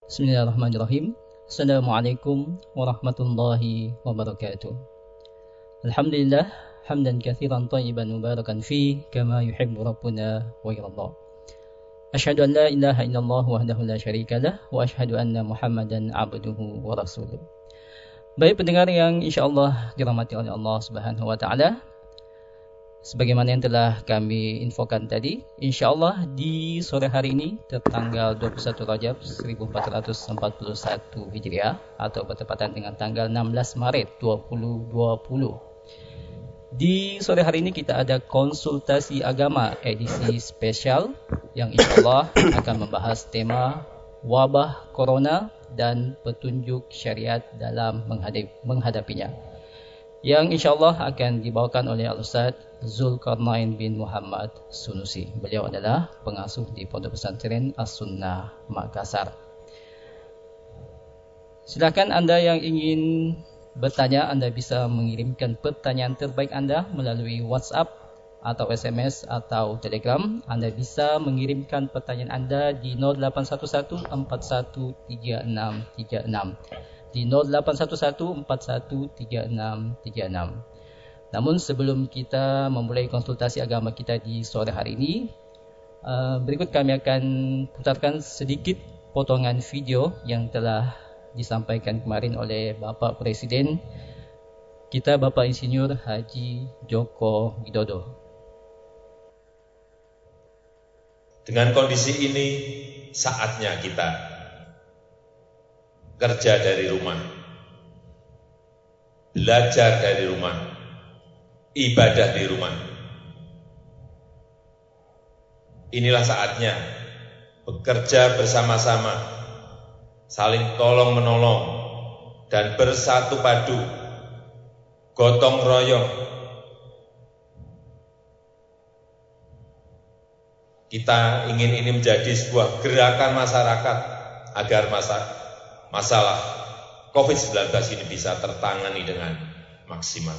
Bismillahirrahmanirrahim. Assalamualaikum warahmatullahi wabarakatuh. Alhamdulillah, hamdan katsiran thayyiban mubarakan fi kama yuhibbu rabbuna wa yarda. Asyhadu an la ilaha illallah wahdahu la syarikalah wa asyhadu anna Muhammadan abduhu wa rasuluh. Baik pendengar yang insyaallah dirahmati oleh Allah Subhanahu wa taala. Sebagaimana yang telah kami infokan tadi, insyaallah di sore hari ini tertanggal 21 Rajab 1441 Hijriah atau bertepatan dengan tanggal 16 Maret 2020. Di sore hari ini kita ada konsultasi agama edisi spesial yang insyaallah akan membahas tema wabah corona dan petunjuk syariat dalam menghadapinya. Yang insyaallah akan dibawakan oleh Al-Ustaz Zulkarnain bin Muhammad Sunusi. Beliau adalah pengasuh di Pondok Pesantren As-Sunnah Makassar. Silakan Anda yang ingin bertanya, Anda bisa mengirimkan pertanyaan terbaik Anda melalui WhatsApp atau SMS atau Telegram. Anda bisa mengirimkan pertanyaan Anda di 0811 413636. Di 0811413636. Namun sebelum kita memulai konsultasi agama kita di sore hari ini, berikut kami akan putarkan sedikit potongan video yang telah disampaikan kemarin oleh Bapak Presiden kita, Bapak Insinyur Haji Joko Widodo. Dengan kondisi ini, saatnya kita kerja dari rumah, belajar dari rumah, ibadah di rumah. Inilah saatnya bekerja bersama-sama, saling tolong-menolong, dan bersatu padu, gotong royong. Kita ingin ini menjadi sebuah gerakan masyarakat agar masalah COVID-19 ini bisa tertangani dengan maksimal.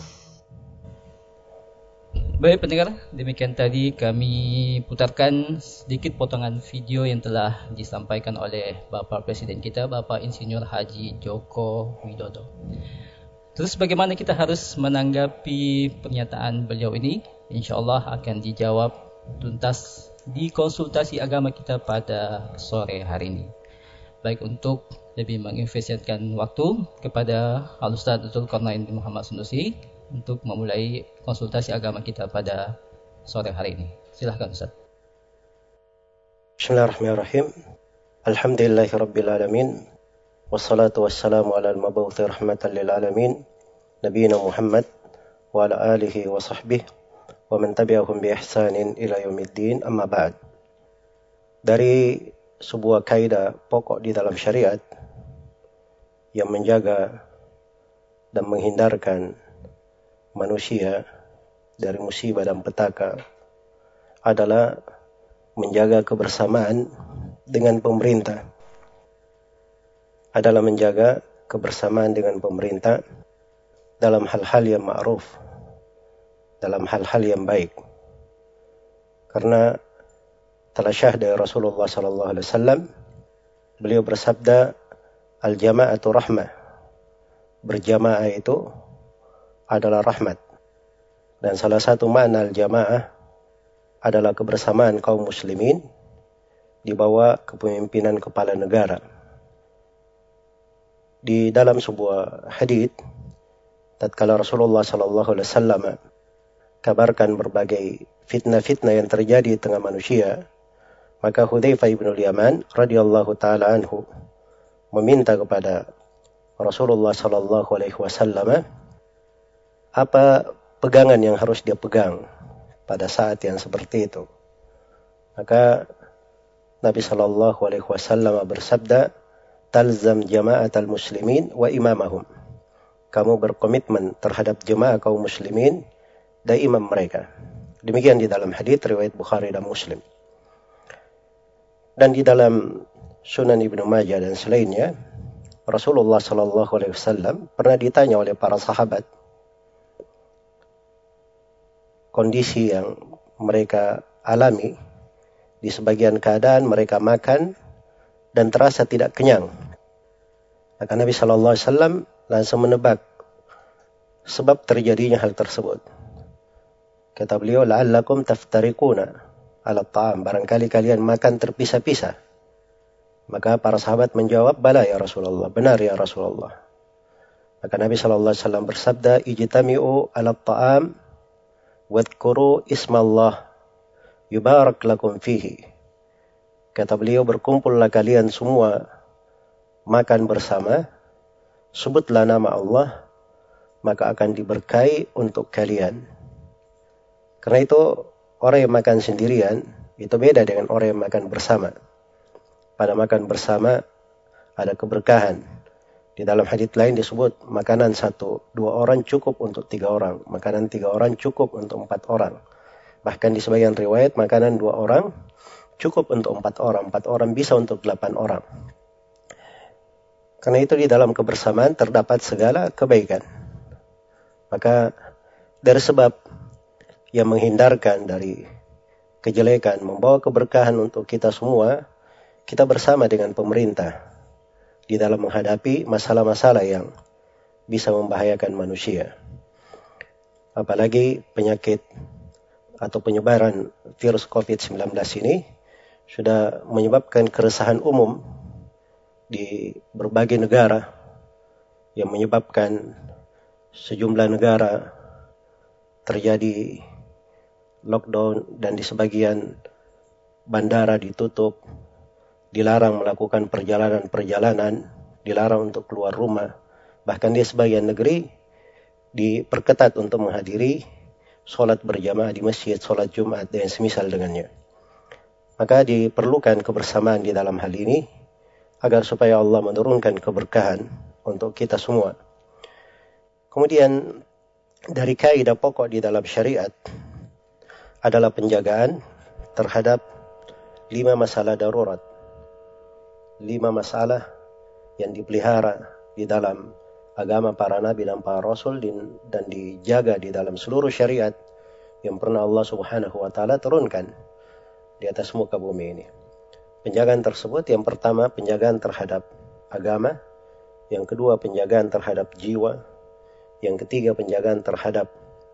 Baik pendengar, demikian tadi kami putarkan sedikit potongan video yang telah disampaikan oleh Bapak Presiden kita, Bapak Insinyur Haji Joko Widodo. Terus bagaimana kita harus menanggapi pernyataan beliau ini? InsyaAllah akan dijawab tuntas di konsultasi agama kita pada sore hari ini. Baik, untuk lebih menginvestasikan waktu kepada Al-Ustaz Zulkarnain bin Muhammad Sunusi untuk memulai konsultasi agama kita pada sore hari ini. Silahkan Ustaz. Bismillahirrahmanirrahim. Alhamdulillahirabbil alamin. Wassalatu wassalamu ala al-mab'uuts rahmatan lil alamin, nabiyina Muhammad wa ala alihi wa sahbihi wa man tabi'ahum bi ihsanin ila yaumiddin, amma ba'd. Dari sebuah kaidah pokok di dalam syariat yang menjaga dan menghindarkan manusia dari musibah dan petaka adalah menjaga kebersamaan dengan pemerintah. Adalah menjaga kebersamaan dengan pemerintah dalam hal-hal yang ma'ruf, dalam hal-hal yang baik. Karena telah syah dari Rasulullah SAW, beliau bersabda, al-jama'atu rahmah, berjamaah itu adalah rahmat. Dan salah satu makna al-jama'ah adalah kebersamaan kaum muslimin di bawah kepemimpinan kepala negara. Di dalam sebuah hadits, tatkala Rasulullah SAW kabarkan berbagai fitnah-fitnah yang terjadi di tengah manusia, maka Hudzaifah bin Yaman radhiyallahu taala anhu meminta kepada Rasulullah sallallahu alaihi wasallam apa pegangan yang harus dia pegang pada saat yang seperti itu. Maka Nabi sallallahu alaihi wasallam bersabda, "Talzam jama'atal muslimin wa imamahum." Kamu berkomitmen terhadap jemaah kaum muslimin dan imam mereka. Demikian di dalam hadits riwayat Bukhari dan Muslim. Dan di dalam Sunan Ibnu Majah dan selainnya, Rasulullah sallallahu alaihi wasallam pernah ditanya oleh para sahabat kondisi yang mereka alami. Di sebagian keadaan mereka makan dan terasa tidak kenyang. Maka Nabi SAW langsung menebak sebab terjadinya hal tersebut. Kata beliau, la'allakum taftariquna ala ta'am, barangkali kalian makan terpisah-pisah. Maka para sahabat menjawab, bala ya Rasulullah, benar ya Rasulullah. Maka Nabi SAW bersabda, ijtami'u ala ta'am wadhkuru ismallah yubarak lakum fihi. Kata beliau, berkumpullah kalian semua makan bersama, sebutlah nama Allah, maka akan diberkahi untuk kalian. Karena itu orang yang makan sendirian itu beda dengan orang yang makan bersama. Pada makan bersama ada keberkahan. Di dalam hadits lain disebut makanan 1-2 orang cukup untuk 3 orang. Makanan 3 orang cukup untuk 4 orang. Bahkan di sebagian riwayat makanan 2 orang cukup untuk 4 orang. 4 orang bisa untuk 8 orang. Karena itu di dalam kebersamaan terdapat segala kebaikan. Maka dari sebab yang menghindarkan dari kejelekan, membawa keberkahan untuk kita semua, kita bersama dengan pemerintah di dalam menghadapi masalah-masalah yang bisa membahayakan manusia. Apalagi penyakit atau penyebaran virus COVID-19 ini sudah menyebabkan keresahan umum di berbagai negara yang menyebabkan sejumlah negara terjadi lockdown dan di sebagian bandara ditutup, dilarang melakukan perjalanan-perjalanan, dilarang untuk keluar rumah. Bahkan di sebagian negeri diperketat untuk menghadiri sholat berjamaah di masjid, sholat Jumat dan semisal dengannya. Maka diperlukan kebersamaan di dalam hal ini agar supaya Allah menurunkan keberkahan untuk kita semua. Kemudian dari kaidah pokok di dalam syariat adalah penjagaan terhadap 5 masalah darurat. 5 masalah yang dipelihara di dalam agama para nabi dan para rasul dan dijaga di dalam seluruh syariat yang pernah Allah Subhanahu wa taala turunkan di atas muka bumi ini. Penjagaan tersebut yang pertama penjagaan terhadap agama, yang kedua penjagaan terhadap jiwa, yang ketiga penjagaan terhadap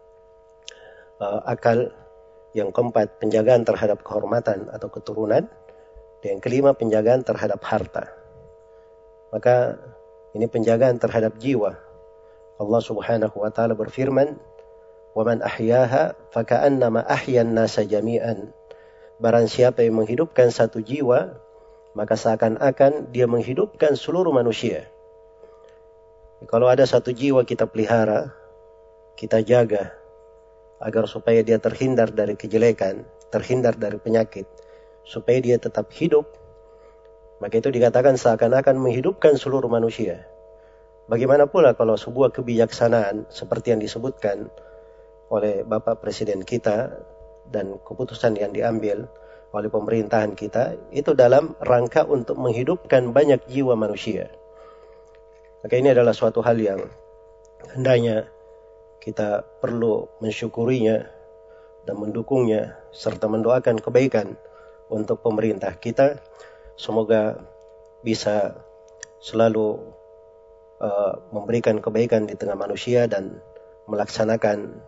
akal, yang keempat penjagaan terhadap kehormatan atau keturunan, dan yang kelima penjagaan terhadap harta. Maka ini penjagaan terhadap jiwa. Allah Subhanahu wa taala berfirman, "Wa man ahyaha faka'annama ahyan nasa jami'an." Barang siapa yang menghidupkan satu jiwa, maka seakan-akan dia menghidupkan seluruh manusia. Kalau ada satu jiwa kita pelihara, kita jaga agar supaya dia terhindar dari kejelekan, terhindar dari penyakit, supaya dia tetap hidup, maka itu dikatakan seakan-akan menghidupkan seluruh manusia. Bagaimana pula kalau sebuah kebijaksanaan seperti yang disebutkan oleh Bapak Presiden kita dan keputusan yang diambil oleh pemerintahan kita itu dalam rangka untuk menghidupkan banyak jiwa manusia. Maka ini adalah suatu hal yang hendaknya kita perlu mensyukurinya dan mendukungnya serta mendoakan kebaikan untuk pemerintah kita. Semoga bisa selalu memberikan kebaikan di tengah manusia dan melaksanakan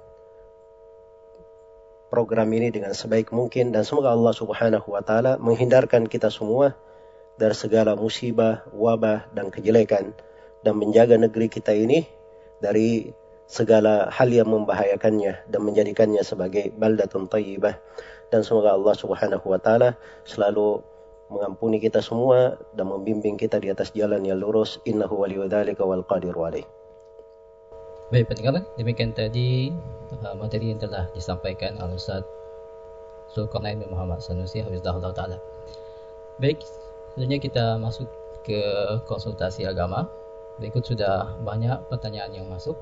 program ini dengan sebaik mungkin, dan semoga Allah Subhanahu wa taala menghindarkan kita semua dari segala musibah, wabah dan kejelekan, dan menjaga negeri kita ini dari segala hal yang membahayakannya dan menjadikannya sebagai baldatun thayyibah. Dan semoga Allah Subhanahu wa taala selalu mengampuni kita semua dan membimbing kita di atas jalan yang lurus. Innahu waliyudzalika wal qadiru alaih. Baik pendengar, demikian tadi materi yang telah disampaikan oleh Ustaz Zulkarnain bin Muhammad Sanusi hafizahullah taala. Baik, selanjutnya kita masuk ke konsultasi agama. Berikut sudah banyak pertanyaan yang masuk.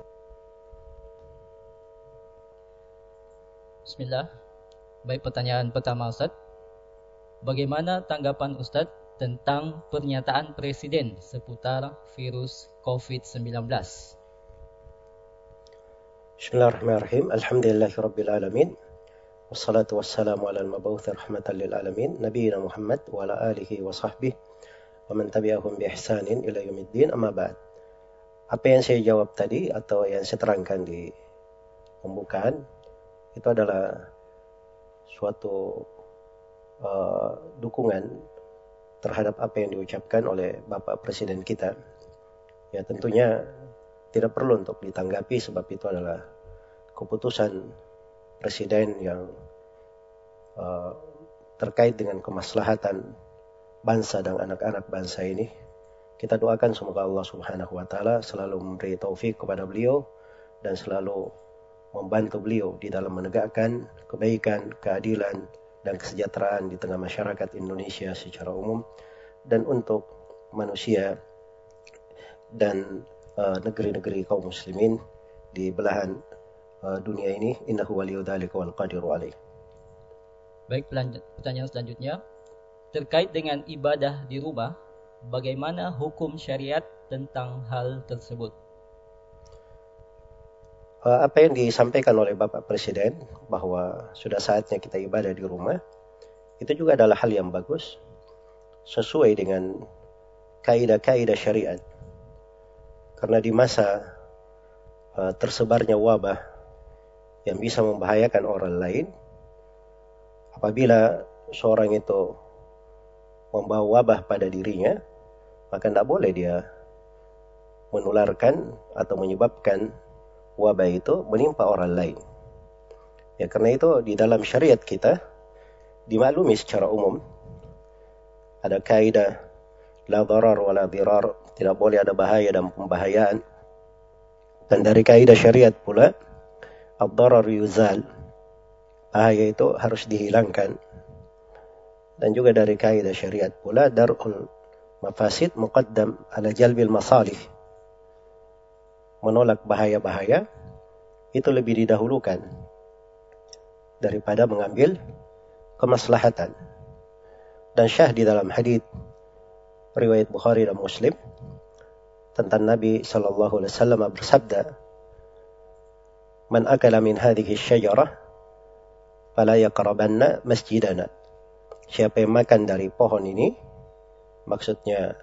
Bismillah. Baik, pertanyaan pertama Ustaz. Bagaimana tanggapan Ustaz tentang pernyataan Presiden seputar virus COVID-19? Bismillahirrahmanirrahim. Alhamdulillahirabbil alamin. Wassalatu wassalamu ala al-mab'uts rahmatan lil alamin, nabiyina Muhammad wa ala alihi wa sahbihi wa man tabi'ahum bi ihsanin ila yaumiddin, amma ba'd. Apa yang saya jawab tadi atau yang saya terangkan di pembukaan itu adalah suatu dukungan terhadap apa yang diucapkan oleh Bapak Presiden kita. Ya, tentunya tidak perlu untuk ditanggapi sebab itu adalah keputusan Presiden yang terkait dengan kemaslahatan bangsa dan anak-anak bangsa ini. Kita doakan semoga Allah Subhanahu wa taala selalu memberi taufik kepada beliau dan selalu membantu beliau di dalam menegakkan kebaikan, keadilan dan kesejahteraan di tengah masyarakat Indonesia secara umum dan untuk manusia dan negeri-negeri kaum muslimin di belahan dunia ini. Innahu waliyudzalika wal qadiru alaih. Baik, pertanyaan selanjutnya terkait dengan ibadah di rumah, bagaimana hukum syariat tentang hal tersebut? Apa yang disampaikan oleh Bapak Presiden bahwa sudah saatnya kita ibadah di rumah, itu juga adalah hal yang bagus sesuai dengan kaidah-kaidah syariat. Karena di masa tersebarnya wabah yang bisa membahayakan orang lain, apabila seorang itu membawa wabah pada dirinya, maka tidak boleh dia menularkan atau menyebabkan wabah itu menimpa orang lain. Ya, karena itu di dalam syariat kita dimaklumi secara umum ada kaidah la dharar wa la dirar, tidak boleh ada bahaya dan pembahayaan. Dan dari kaidah syariat pula ad-dharar yuzal, bahaya itu harus dihilangkan. Dan juga dari kaidah syariat pula dar'ul mafasid muqaddam ala jalbil masalih, menolak bahaya-bahaya itu lebih didahulukan daripada mengambil kemaslahatan. Dan syah di dalam hadits riwayat Bukhari dan Muslim tentang Nabi sallallahu alaihi wasallam bersabda, "Man akala min hadhihi asy-syajarah fala yaqrabanna masjidana." Siapa yang makan dari pohon ini, maksudnya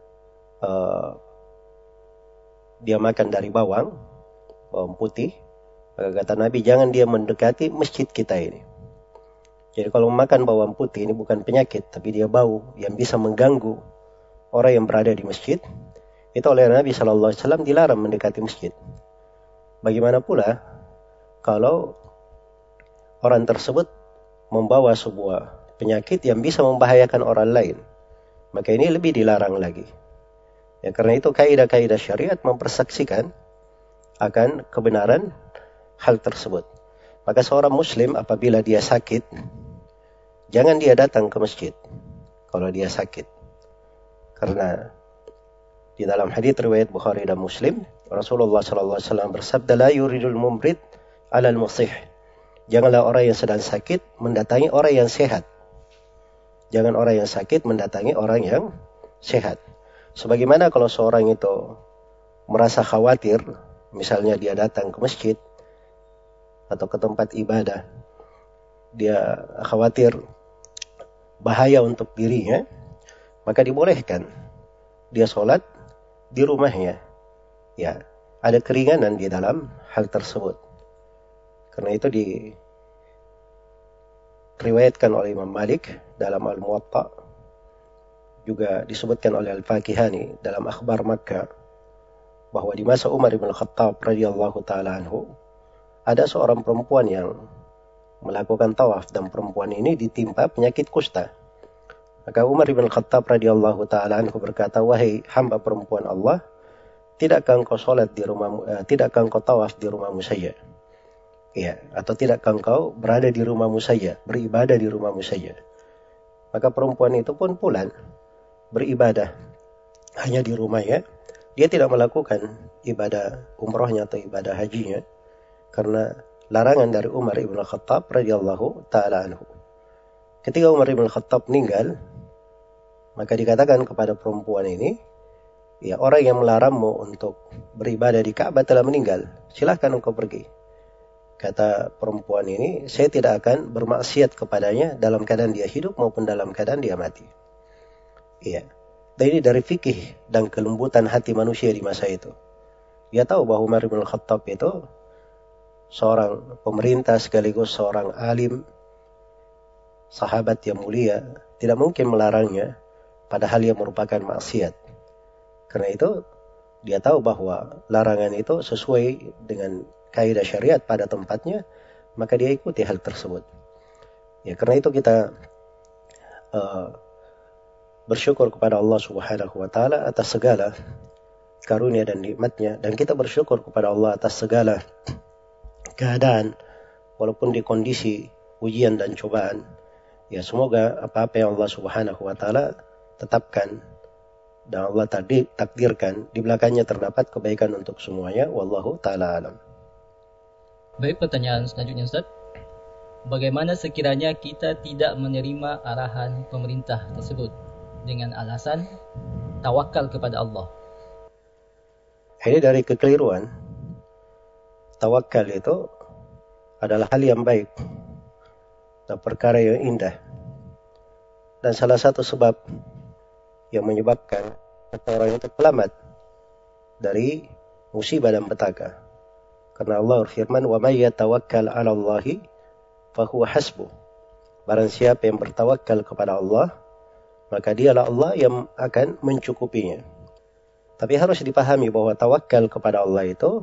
dia makan dari bawang putih, maka kata Nabi jangan dia mendekati masjid kita ini. Jadi kalau makan bawang putih ini bukan penyakit, tapi dia bau yang bisa mengganggu orang yang berada di masjid, itu oleh Nabi SAW dilarang mendekati masjid. Bagaimana pula kalau orang tersebut membawa sebuah penyakit yang bisa membahayakan orang lain, maka ini lebih dilarang lagi. Ya, karena itu kaidah-kaidah syariat mempersaksikan akan kebenaran hal tersebut. Maka seorang muslim apabila dia sakit, jangan dia datang ke masjid kalau dia sakit. Karena di dalam hadits riwayat Bukhari dan Muslim, Rasulullah SAW bersabda, la yuridul mumrid alal musih. Janganlah orang yang sedang sakit mendatangi orang yang sehat. Jangan orang yang sakit mendatangi orang yang sehat. Sebagaimana kalau seorang itu merasa khawatir, misalnya dia datang ke masjid atau ke tempat ibadah, dia khawatir bahaya untuk dirinya, maka dibolehkan dia sholat di rumahnya. Ya, ada keringanan di dalam hal tersebut. Karena itu diriwayatkan oleh Imam Malik dalam Al-Muwatta, juga disebutkan oleh Al-Fakihani dalam Akhbar Makkah, bahwa di masa Umar bin Khattab radhiyallahu taala anhu ada seorang perempuan yang melakukan tawaf dan perempuan ini ditimpa penyakit kusta. Maka Umar bin Khattab radhiyallahu taala anhu berkata, wahai hamba perempuan Allah, tidakkah engkau salat di rumahmu, tidakkah engkau tawaf di rumahmu saja? Ya, atau tidakkah engkau berada di rumahmu saja, beribadah di rumahmu saja? Maka perempuan itu pun pulang beribadah hanya di rumahnya. Dia tidak melakukan ibadah umrohnya atau ibadah hajinya karena larangan dari Umar ibn Khattab radhiyallahu taala anhu. Ketika Umar ibn Khattab meninggal, maka dikatakan kepada perempuan ini, ya, orang yang melarangmu untuk beribadah di Ka'bah telah meninggal, silahkan engkau pergi. Kata perempuan ini, saya tidak akan bermaksiat kepadanya dalam keadaan dia hidup maupun dalam keadaan dia mati. Iya. Dan ini dari fikih dan kelembutan hati manusia di masa itu. Dia tahu bahwa Umar bin Khattab itu seorang pemerintah sekaligus seorang alim, sahabat yang mulia, tidak mungkin melarangnya pada hal yang merupakan maksiat. Karena itu dia tahu bahwa larangan itu sesuai dengan kaidah syariat pada tempatnya, maka dia ikuti hal tersebut. Ya, karena itu kita bersyukur kepada Allah Subhanahu wa taala atas segala karunia dan nikmatnya, dan kita bersyukur kepada Allah atas segala keadaan walaupun di kondisi ujian dan cobaan. Ya, semoga apa-apa yang Allah Subhanahu wa taala tetapkan dan Allah takdirkan di belakangnya terdapat kebaikan untuk semuanya. Wallahu taala alam. Baik, pertanyaan selanjutnya Ustaz. Bagaimana sekiranya kita tidak menerima arahan pemerintah tersebut dengan alasan tawakal kepada Allah? Ini dari kekeliruan. Tawakal itu adalah hal yang baik dan perkara yang indah. Dan salah satu sebab yang menyebabkan orang itu selamat dari musibah dan petaka. Karena Allah berfirman, "Wa may yatawakkal 'ala Allahi fa huwa hasbuh." Barang siapa yang bertawakal kepada Allah, maka dialah Allah yang akan mencukupinya. Tapi harus dipahami bahwa tawakal kepada Allah itu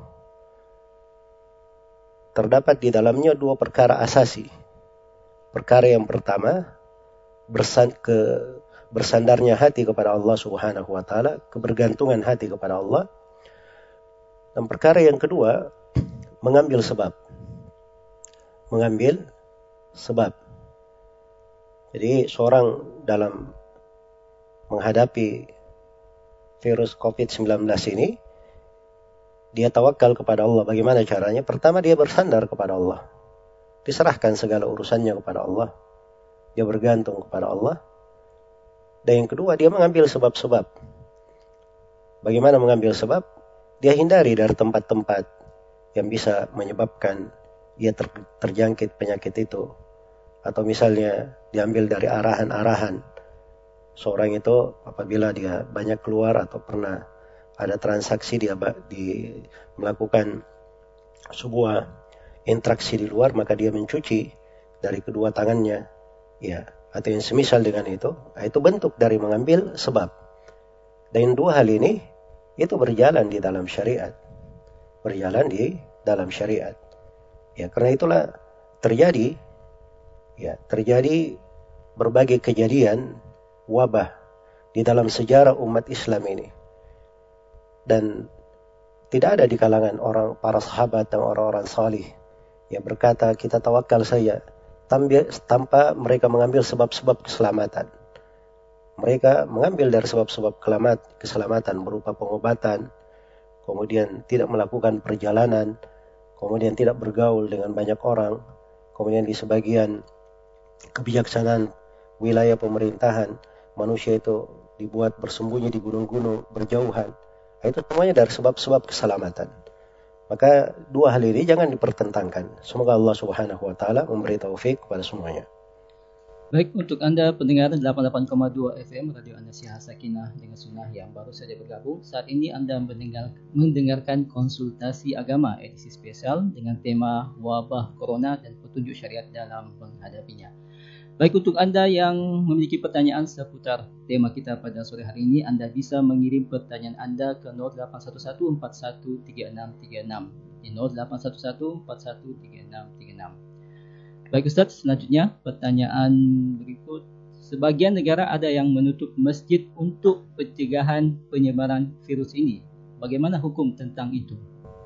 terdapat di dalamnya dua perkara asasi. Perkara yang pertama, bersandarnya hati kepada Allah Subhanahu wa taala, kebergantungan hati kepada Allah. Dan perkara yang kedua, mengambil sebab. Mengambil sebab. Jadi seorang dalam menghadapi virus COVID-19 ini, dia tawakal kepada Allah. Bagaimana caranya? Pertama, dia bersandar kepada Allah. Diserahkan segala urusannya kepada Allah. Dia bergantung kepada Allah. Dan yang kedua, dia mengambil sebab-sebab. Bagaimana mengambil sebab? Dia hindari dari tempat-tempat yang bisa menyebabkan ia terjangkit penyakit itu. Atau misalnya diambil dari arahan-arahan. Seorang itu apabila dia banyak keluar atau pernah ada transaksi dia melakukan sebuah interaksi di luar, maka dia mencuci dari kedua tangannya, ya, atau yang semisal dengan itu bentuk dari mengambil sebab. Dan dua hal ini itu berjalan di dalam syariat. Ya, karena itulah terjadi berbagai kejadian wabah di dalam sejarah umat Islam ini. Dan tidak ada di kalangan para sahabat dan orang-orang salih yang berkata kita tawakal saja tanpa mereka mengambil sebab-sebab keselamatan. Mereka mengambil dari sebab-sebab keselamatan berupa pengobatan, kemudian tidak melakukan perjalanan, kemudian tidak bergaul dengan banyak orang, kemudian di sebagian kebijaksanaan wilayah pemerintahan, manusia itu dibuat bersembunyi di gunung-gunung berjauhan. Itu semuanya dari sebab-sebab keselamatan. Maka dua hal ini jangan dipertentangkan. Semoga Allah Subhanahu wa taala memberi taufik kepada semuanya. Baik, untuk Anda pendengar 88,2 FM Radio An-Nasihat Sakinah dengan Sunnah yang baru saja bergabung, saat ini Anda mendengarkan konsultasi agama edisi spesial dengan tema wabah corona dan petunjuk syariat dalam menghadapinya. Baik, untuk Anda yang memiliki pertanyaan seputar tema kita pada sore hari ini, Anda bisa mengirim pertanyaan Anda ke 0811413636 di 0811413636. Baik Ustaz, selanjutnya pertanyaan berikut. Sebagian negara ada yang menutup masjid untuk pencegahan penyebaran virus ini. Bagaimana hukum tentang itu?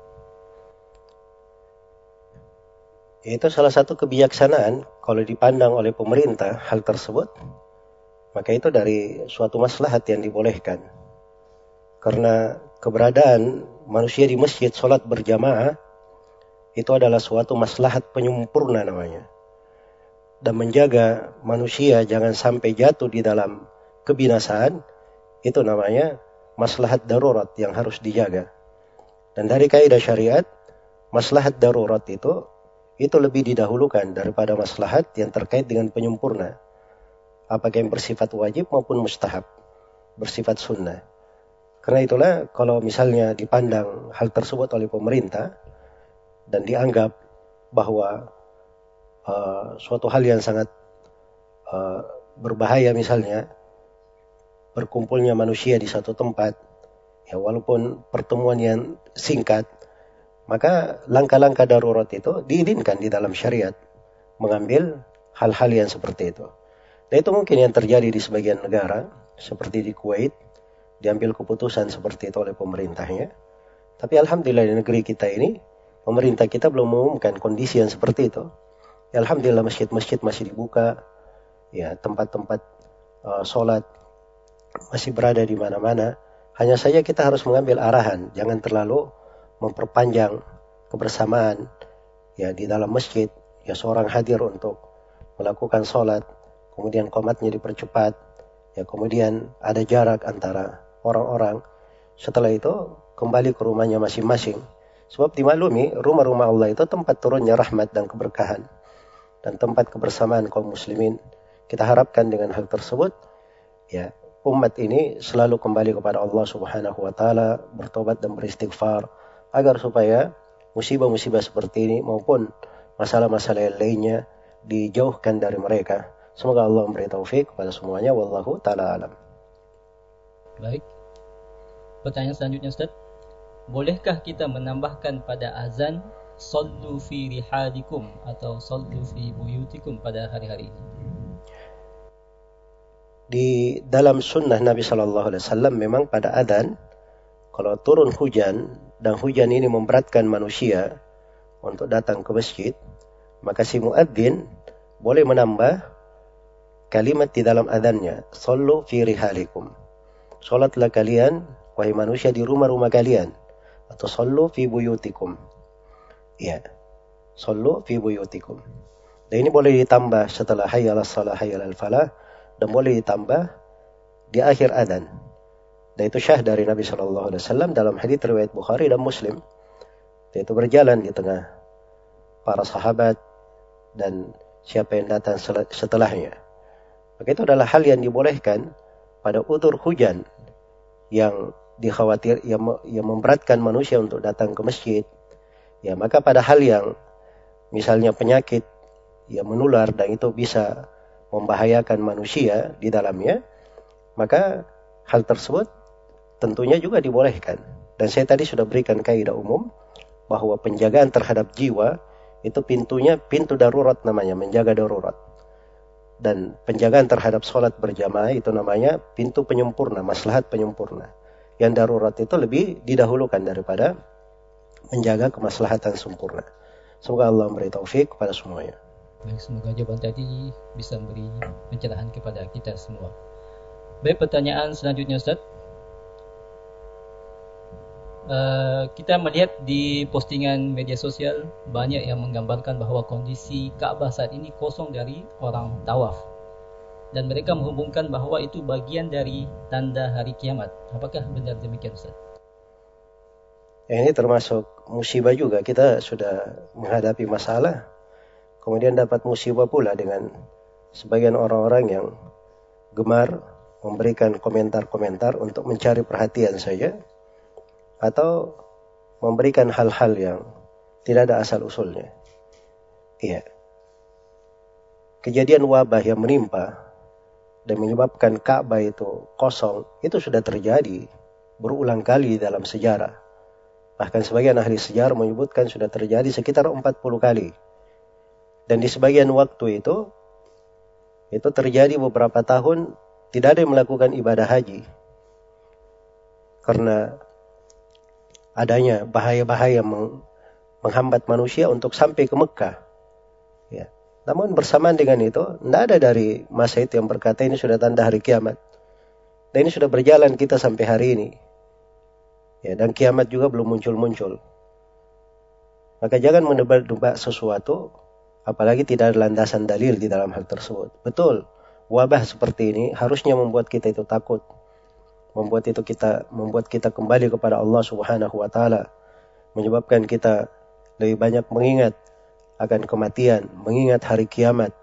Itu salah satu kebijaksanaan kalau dipandang oleh pemerintah hal tersebut, maka itu dari suatu maslahat yang dibolehkan. Karena keberadaan manusia di masjid sholat berjamaah itu adalah suatu maslahat penyempurna namanya. Dan menjaga manusia jangan sampai jatuh di dalam kebinasaan, itu namanya maslahat darurat yang harus dijaga. Dan dari kaidah syariat, maslahat darurat itu lebih didahulukan daripada maslahat yang terkait dengan penyempurna, apakah yang bersifat wajib maupun mustahab. bersifat sunnah. Karena itulah kalau misalnya dipandang hal tersebut oleh pemerintah dan dianggap bahwa suatu hal yang sangat berbahaya, misalnya berkumpulnya manusia di satu tempat, ya walaupun pertemuan yang singkat, maka langkah-langkah darurat itu diizinkan di dalam syariat mengambil hal-hal yang seperti itu. Dan itu mungkin yang terjadi di sebagian negara, seperti di Kuwait, diambil keputusan seperti itu oleh pemerintahnya. Tapi alhamdulillah di negeri kita ini, pemerintah kita belum mengumumkan kondisi yang seperti itu. Ya, alhamdulillah masjid-masjid masih dibuka, ya tempat-tempat sholat masih berada di mana-mana. Hanya saja kita harus mengambil arahan, jangan terlalu memperpanjang kebersamaan ya di dalam masjid. Ya seorang hadir untuk melakukan sholat, kemudian qomatnya dipercepat, ya kemudian ada jarak antara orang-orang. Setelah itu kembali ke rumahnya masing-masing. Sebab dimaklumi rumah-rumah Allah itu tempat turunnya rahmat dan keberkahan dan tempat kebersamaan kaum muslimin. Kita harapkan dengan hal tersebut ya umat ini selalu kembali kepada Allah Subhanahu wa taala, bertobat dan beristighfar agar supaya musibah-musibah seperti ini maupun masalah-masalah yang lainnya dijauhkan dari mereka. Semoga Allah memberi taufik kepada semuanya. Wallahu taala alam. Baik. Pertanyaan selanjutnya, Ustaz. Bolehkah kita menambahkan pada azan sallu fi rihalikum atau sallu fi buyutikum pada hari-hari ini? Di dalam sunnah Nabi SAW memang pada adzan, kalau turun hujan dan hujan ini memberatkan manusia untuk datang ke masjid, maka si muadzin boleh menambah kalimat di dalam adzannya, sallu fi rihalikum. Salatlah kalian wahai manusia di rumah-rumah kalian, atau sallu fi buyutikum. Ya, sallu fi buyutikum. Dan ini boleh ditambah setelah hayya 'alas shalah, hayya 'alal falah, dan boleh ditambah di akhir adzan. Dan itu syah dari Nabi SAW dalam hadits riwayat Bukhari dan Muslim. Yaitu berjalan di tengah para sahabat dan siapa yang datang setelahnya. Maka itu adalah hal yang dibolehkan pada udzur hujan yang dikhawatir yang memberatkan manusia untuk datang ke masjid. Ya, maka pada hal yang misalnya penyakit yang menular dan itu bisa membahayakan manusia di dalamnya, maka hal tersebut tentunya juga dibolehkan. Dan saya tadi sudah berikan kaidah umum bahwa penjagaan terhadap jiwa itu pintunya pintu darurat namanya, menjaga darurat. Dan penjagaan terhadap sholat berjamaah itu namanya pintu penyempurna, maslahat penyempurna. Yang darurat itu lebih didahulukan daripada menjaga kemaslahatan sempurna. Semoga Allah memberi taufik kepada semuanya. Baik, semoga jawaban tadi bisa memberi pencerahan kepada kita semua. Baik, pertanyaan selanjutnya, Ustaz. Kita melihat di postingan media sosial banyak yang menggambarkan bahwa kondisi Ka'bah saat ini kosong dari orang tawaf, dan mereka menghubungkan bahwa itu bagian dari tanda hari kiamat. Apakah benar demikian, Ustaz? Ini termasuk musibah juga. Kita sudah menghadapi masalah, kemudian dapat musibah pula dengan sebagian orang-orang yang gemar memberikan komentar-komentar untuk mencari perhatian saja, atau memberikan hal-hal yang tidak ada asal-usulnya. Iya. Kejadian wabah yang menimpa dan menyebabkan Ka'bah itu kosong, itu sudah terjadi berulang kali dalam sejarah. Bahkan sebagian ahli sejarah menyebutkan sudah terjadi sekitar 40 kali. Dan di sebagian waktu itu terjadi beberapa tahun tidak ada yang melakukan ibadah haji. Karena adanya bahaya-bahaya menghambat manusia untuk sampai ke Mekah. Ya. Namun bersamaan dengan itu, tidak ada dari masa itu yang berkata ini sudah tanda hari kiamat. Dan ini sudah berjalan kita sampai hari ini. Ya, dan kiamat juga belum muncul-muncul. Maka jangan menebak-nebak sesuatu, apalagi tidak ada landasan dalil di dalam hal tersebut. Betul, wabah seperti ini harusnya membuat kita itu takut. Membuat kita kembali kepada Allah Subhanahu wa taala, menyebabkan kita lebih banyak mengingat akan kematian, mengingat hari kiamat,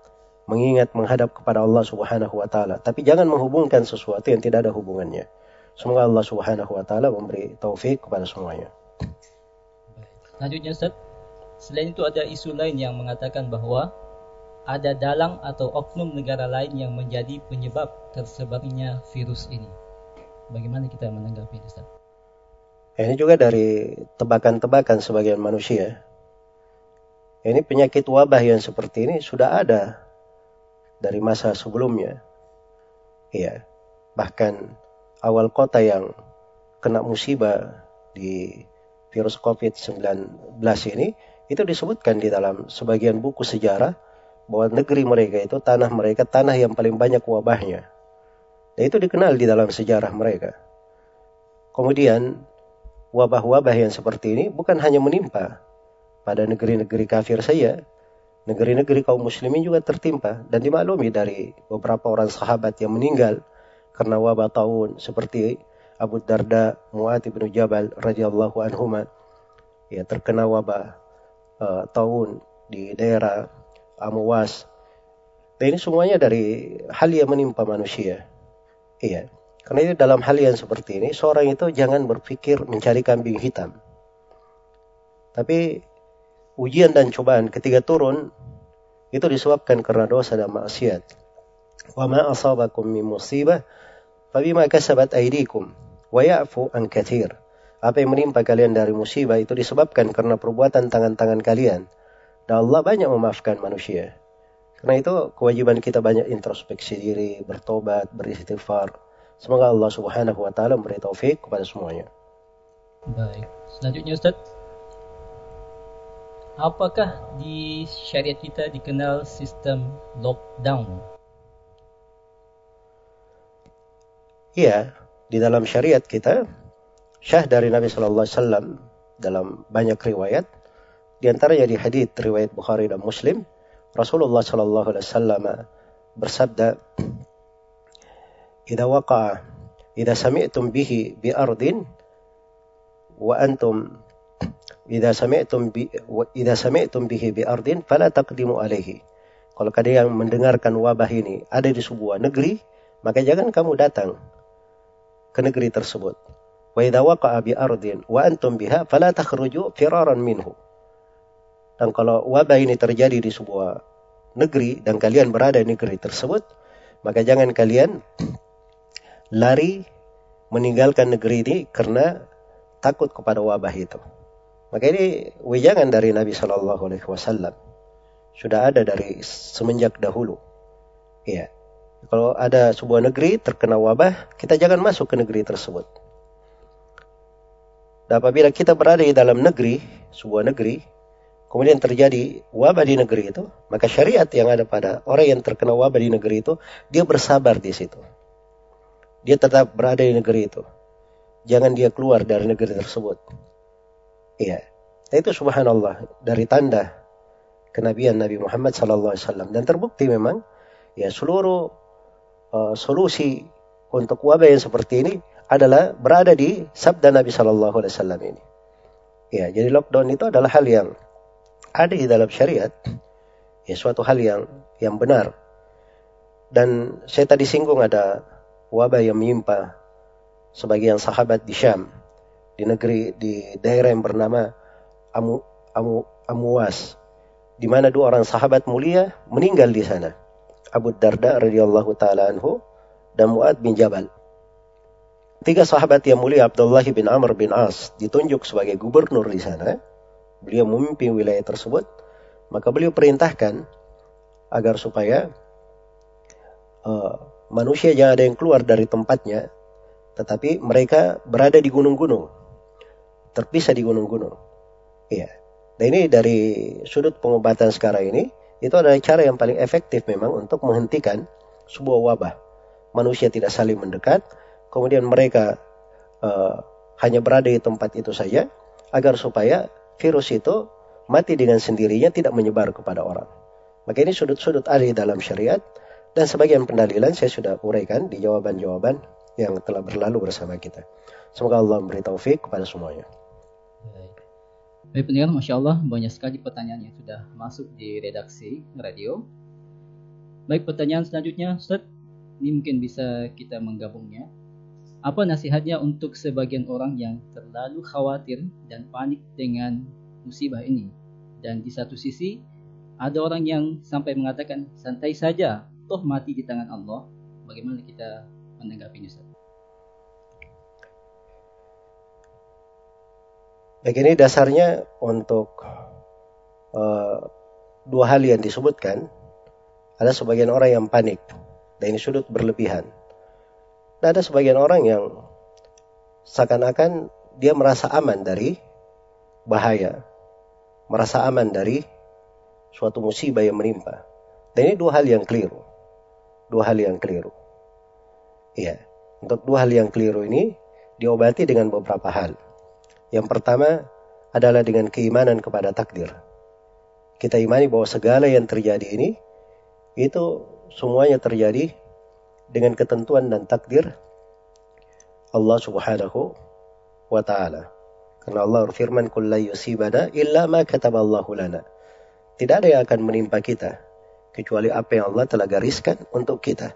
mengingat menghadap kepada Allah Subhanahu wa taala, tapi jangan menghubungkan sesuatu yang tidak ada hubungannya. Semoga Allah Subhanahu wa taala memberi taufik kepada semuanya. Selanjutnya Ustaz, selain itu ada isu lain yang mengatakan bahwa ada dalang atau oknum negara lain yang menjadi penyebab tersebarnya virus ini. Bagaimana kita menanggapi Ustaz? Ini juga dari tebakan-tebakan sebagian manusia. Ini penyakit wabah yang seperti ini sudah ada dari masa sebelumnya. Iya, bahkan awal kota yang kena musibah di virus COVID-19 ini, itu disebutkan di dalam sebagian buku sejarah bahwa negeri mereka itu, tanah mereka, tanah yang paling banyak wabahnya. Dan itu dikenal di dalam sejarah mereka. Kemudian, wabah-wabah yang seperti ini bukan hanya menimpa pada negeri-negeri kafir saja, negeri-negeri kaum muslimin juga tertimpa. Dan dimaklumi dari beberapa orang sahabat yang meninggal karena wabah taun, seperti Abu Darda, Mu'adz bin Jabal radhiyallahu anhuma, ya, terkena wabah taun di daerah Amwas. Dan ini semuanya dari hal yang menimpa manusia. Iya, karena itu dalam hal yang seperti ini, seorang itu jangan berpikir mencari kambing hitam. Tapi ujian dan cobaan ketika turun, itu disebabkan karena dosa dan maksiat. Wa ma asabakum min musibah fabima kasabat aydikum wa ya'fu an katsir. Apa yang menimpa kalian dari musibah itu disebabkan karena perbuatan tangan-tangan kalian. Dan Allah banyak memaafkan manusia. Karena itu kewajiban kita banyak introspeksi diri, bertobat, beristighfar. Semoga Allah Subhanahu wa taala memberi taufik kepada semuanya. Baik. Selanjutnya Ustaz, apakah di syariat kita dikenal sistem lockdown? Iya, di dalam syariat kita, syah dari Nabi sallallahu alaihi wasallam dalam banyak riwayat, di antaranya di hadits riwayat Bukhari dan Muslim, Rasulullah sallallahu alaihi wasallam bersabda, "Idza sami'tum bihi bi ardin wa antum idza sami'tum bihi bi ardin fala taqdimu alaihi." Kalau kalian mendengarkan wabah ini ada di sebuah negeri, maka jangan kamu datang ke negeri tersebut. Wa idza waqa'a bi ardin wa antum biha fala takhruju firaran minhu. Dan kalau wabah ini terjadi di sebuah negeri dan kalian berada di negeri tersebut, maka jangan kalian lari meninggalkan negeri ini karena takut kepada wabah itu. Maka ini wejangan dari Nabi sallallahu alaihi wasallam. Sudah ada dari semenjak dahulu. Iya. Kalau ada sebuah negeri terkena wabah, kita jangan masuk ke negeri tersebut. Dan apabila kita berada di dalam negeri, sebuah negeri, kemudian terjadi wabah di negeri itu, maka syariat yang ada pada orang yang terkena wabah di negeri itu, dia bersabar di situ. Dia tetap berada di negeri itu. Jangan dia keluar dari negeri tersebut. Iya. Nah, itu subhanallah dari tanda kenabian Nabi Muhammad SAW. Dan terbukti memang, ya, seluruh solusi untuk wabah yang seperti ini adalah berada di sabda Nabi SAW ini. Ya, jadi lockdown itu adalah hal yang ada di dalam syariat, ya, suatu hal yang benar. Dan saya tadi singgung ada wabah yang menimpa sebagian sahabat di Syam, di daerah yang bernama Amwas, di mana dua orang sahabat mulia meninggal di sana. Abu Darda radhiyallahu taala anhu dan Mu'adz bin Jabal. Tiga sahabat yang mulia, Abdullah bin Amr bin As, ditunjuk sebagai gubernur di sana. Beliau memimpin wilayah tersebut. Maka beliau perintahkan agar supaya manusia jangan ada yang keluar dari tempatnya, tetapi mereka berada di gunung-gunung, terpisah di gunung-gunung. Iya. Nah, ini dari sudut pengobatan sekarang ini, itu adalah cara yang paling efektif memang untuk menghentikan sebuah wabah. Manusia tidak saling mendekat, kemudian mereka hanya berada di tempat itu saja, agar supaya virus itu mati dengan sendirinya, tidak menyebar kepada orang. Maka ini sudut-sudut ada di dalam syariat, dan sebagian pendalilan saya sudah uraikan di jawaban-jawaban yang telah berlalu bersama kita. Semoga Allah memberi taufik kepada semuanya. Baik pendengar, Masya Allah banyak sekali pertanyaan yang sudah masuk di redaksi radio. Baik, pertanyaan selanjutnya, Ustaz. Ini mungkin bisa kita menggabungnya. Apa nasihatnya untuk sebagian orang yang terlalu khawatir dan panik dengan musibah ini? Dan di satu sisi, ada orang yang sampai mengatakan, santai saja, toh mati di tangan Allah. Bagaimana kita menanggapinya, Ustaz? Begini dasarnya untuk dua hal yang disebutkan. Ada sebagian orang yang panik, dan ini sudut berlebihan. Dan ada sebagian orang yang seakan-akan dia merasa aman dari bahaya, merasa aman dari suatu musibah yang menimpa. Dan ini dua hal yang keliru. Dua hal yang keliru. Iya, untuk dua hal yang keliru ini diobati dengan beberapa hal. Yang pertama adalah dengan keimanan kepada takdir. Kita imani bahwa segala yang terjadi ini itu semuanya terjadi dengan ketentuan dan takdir Allah Subhanahu wa ta'ala. Karena Allah berfirman, "Qul la yusibana illa ma kataballahu lana." Tidak ada yang akan menimpa kita kecuali apa yang Allah telah gariskan untuk kita.